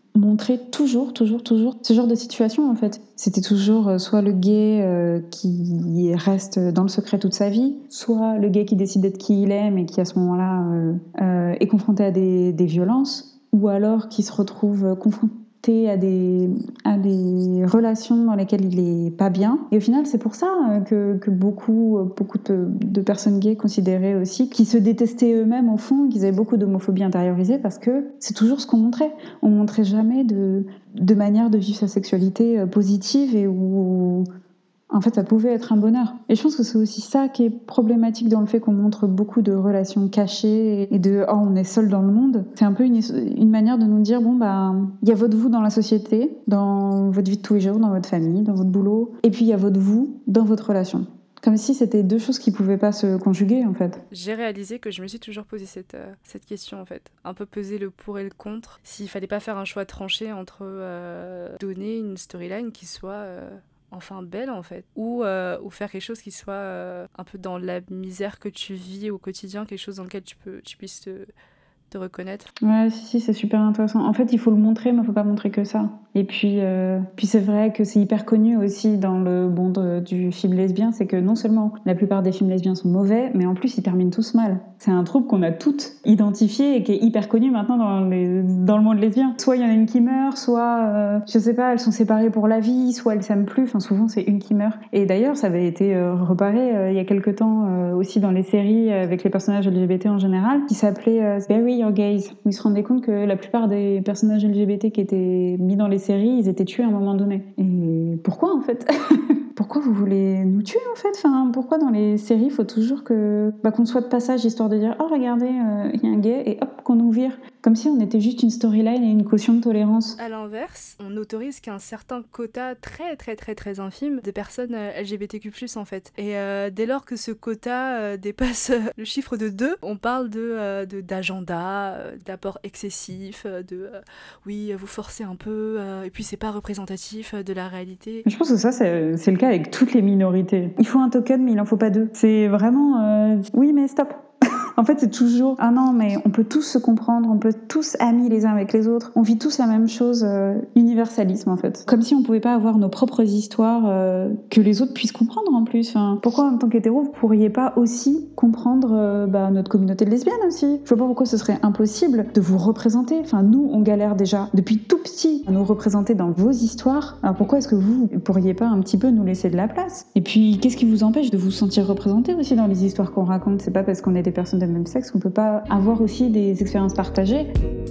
montrer toujours, toujours, toujours ce genre de situation en fait. C'était toujours euh, soit le gay euh, qui reste dans le secret toute sa vie, soit le gay qui décide d'être qui il est mais qui à ce moment-là euh, euh, est confronté à des, des violences, ou alors qui se retrouve confronté à des, à des relations dans lesquelles il est pas bien. Et au final, c'est pour ça que, que beaucoup, beaucoup de, de personnes gays considéraient aussi qu'ils se détestaient eux-mêmes au fond, qu'ils avaient beaucoup d'homophobie intériorisée, parce que c'est toujours ce qu'on montrait. On montrait jamais de, de manière de vivre sa sexualité positive et où... En fait, ça pouvait être un bonheur. Et je pense que c'est aussi ça qui est problématique dans le fait qu'on montre beaucoup de relations cachées et de « oh, on est seul dans le monde ». C'est un peu une, une manière de nous dire « bon, bah, il y a votre vous dans la société, dans votre vie de tous les jours, dans votre famille, dans votre boulot, et puis il y a votre vous dans votre relation ». Comme si c'était deux choses qui pouvaient pas se conjuguer, en fait. J'ai réalisé que je me suis toujours posé cette, euh, cette question, en fait. Un peu peser le pour et le contre. S'il fallait pas faire un choix tranché entre euh, donner une storyline qui soit... Euh... enfin belle en fait, ou, euh, ou faire quelque chose qui soit euh, un peu dans la misère que tu vis au quotidien, quelque chose dans lequel tu, peux, tu puisses te, te reconnaître. Ouais, si, si, c'est super intéressant. En fait, il faut le montrer, mais il faut pas montrer que ça. Et puis, euh, puis c'est vrai que c'est hyper connu aussi dans le monde du film lesbien, c'est que non seulement la plupart des films lesbiens sont mauvais, mais en plus ils terminent tous mal. C'est un trouble qu'on a toutes identifié et qui est hyper connu maintenant dans, les, dans le monde lesbien. Soit il y en a une qui meurt, soit, euh, je sais pas, elles sont séparées pour la vie, soit elles s'aiment plus. Enfin, souvent c'est une qui meurt. Et d'ailleurs, ça avait été euh, reparé euh, il y a quelques temps euh, aussi dans les séries avec les personnages L G B T en général, qui s'appelait euh, Bury Your Gays, où ils se rendaient compte que la plupart des personnages L G B T qui étaient mis dans les séries, ils étaient tués à un moment donné. Et pourquoi en fait? Pourquoi vous voulez nous tuer en fait? Enfin, pourquoi dans les séries il faut toujours que bah, qu'on soit de passage histoire de dire oh regardez il euh, y a un gay et hop qu'on nous vire, comme si on était juste une storyline et une caution de tolérance. À l'inverse, on n'autorise qu'un certain quota très très très très infime de personnes euh, L G B T Q plus en fait. Et euh, dès lors que ce quota euh, dépasse euh, le chiffre de deux, on parle de, euh, de d'agenda, euh, d'apport excessif, euh, de euh, oui vous forcez un peu euh, et puis c'est pas représentatif euh, de la réalité. Je pense que ça c'est, c'est le cas avec toutes les minorités. Il faut un token mais il en faut pas deux. C'est vraiment euh, oui mais stop. En fait, c'est toujours « Ah non, mais on peut tous se comprendre, on peut tous amis les uns avec les autres, on vit tous la même chose, euh, universalisme en fait. » Comme si on pouvait pas avoir nos propres histoires euh, que les autres puissent comprendre en plus. Enfin, pourquoi en tant qu'hétéro, vous pourriez pas aussi comprendre euh, bah, notre communauté de lesbiennes aussi? Je vois pas pourquoi ce serait impossible de vous représenter. Enfin, nous, on galère déjà depuis tout petit à nous représenter dans vos histoires. Alors pourquoi est-ce que vous pourriez pas un petit peu nous laisser de la place? Et puis, qu'est-ce qui vous empêche de vous sentir représenté aussi dans les histoires qu'on raconte? C'est pas parce qu'on est des personnes de même sexe qu'on peut pas avoir aussi des expériences partagées.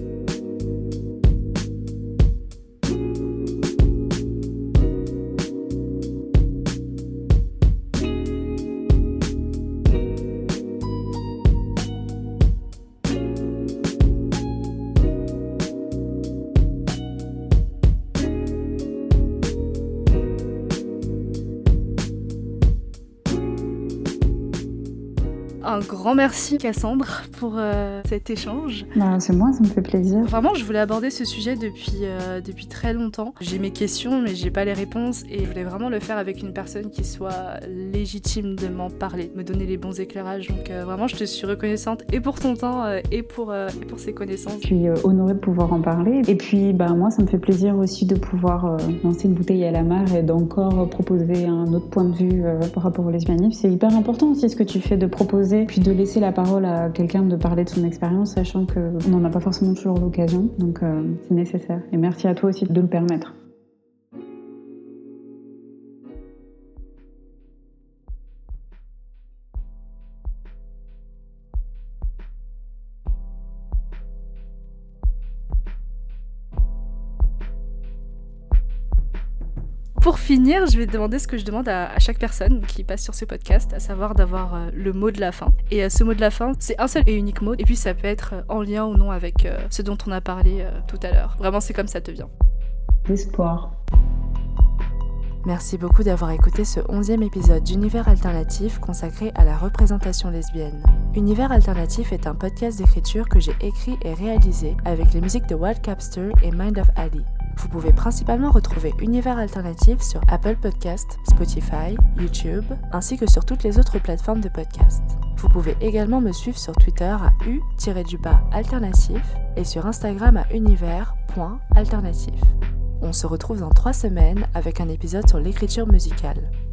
Un grand merci Cassandre pour euh, cet échange. Bah, c'est moi, ça me fait plaisir. Vraiment, je voulais aborder ce sujet depuis, euh, depuis très longtemps. J'ai mes questions, mais j'ai pas les réponses et je voulais vraiment le faire avec une personne qui soit légitime de m'en parler, me donner les bons éclairages. Donc euh, vraiment, je te suis reconnaissante et pour ton temps euh, et, pour, euh, et pour ces connaissances. Je suis euh, honorée de pouvoir en parler. Et puis, bah, moi, ça me fait plaisir aussi de pouvoir euh, lancer une bouteille à la mer et d'encore proposer un autre point de vue euh, par rapport au lesbianisme. C'est hyper important aussi ce que tu fais de proposer, puis de laisser la parole à quelqu'un de parler de son expérience, sachant qu'on n'en a pas forcément toujours l'occasion. Donc, euh, c'est nécessaire. Et merci à toi aussi de le permettre. Pour finir, je vais te demander ce que je demande à, à chaque personne qui passe sur ce podcast, à savoir d'avoir euh, le mot de la fin. Et euh, ce mot de la fin, c'est un seul et unique mot, et puis ça peut être euh, en lien ou non avec euh, ce dont on a parlé euh, tout à l'heure. Vraiment, c'est comme ça te vient. L'espoir. Merci beaucoup d'avoir écouté ce onzième épisode d'Univers Alternatif consacré à la représentation lesbienne. Univers Alternatif est un podcast d'écriture que j'ai écrit et réalisé avec les musiques de Wild Capster et Mind of Ali. Vous pouvez principalement retrouver Univers Alternatif sur Apple Podcasts, Spotify, YouTube, ainsi que sur toutes les autres plateformes de podcast. Vous pouvez également me suivre sur Twitter à u-alternatif et sur Instagram à univers point alternatif. On se retrouve dans trois semaines avec un épisode sur l'écriture musicale.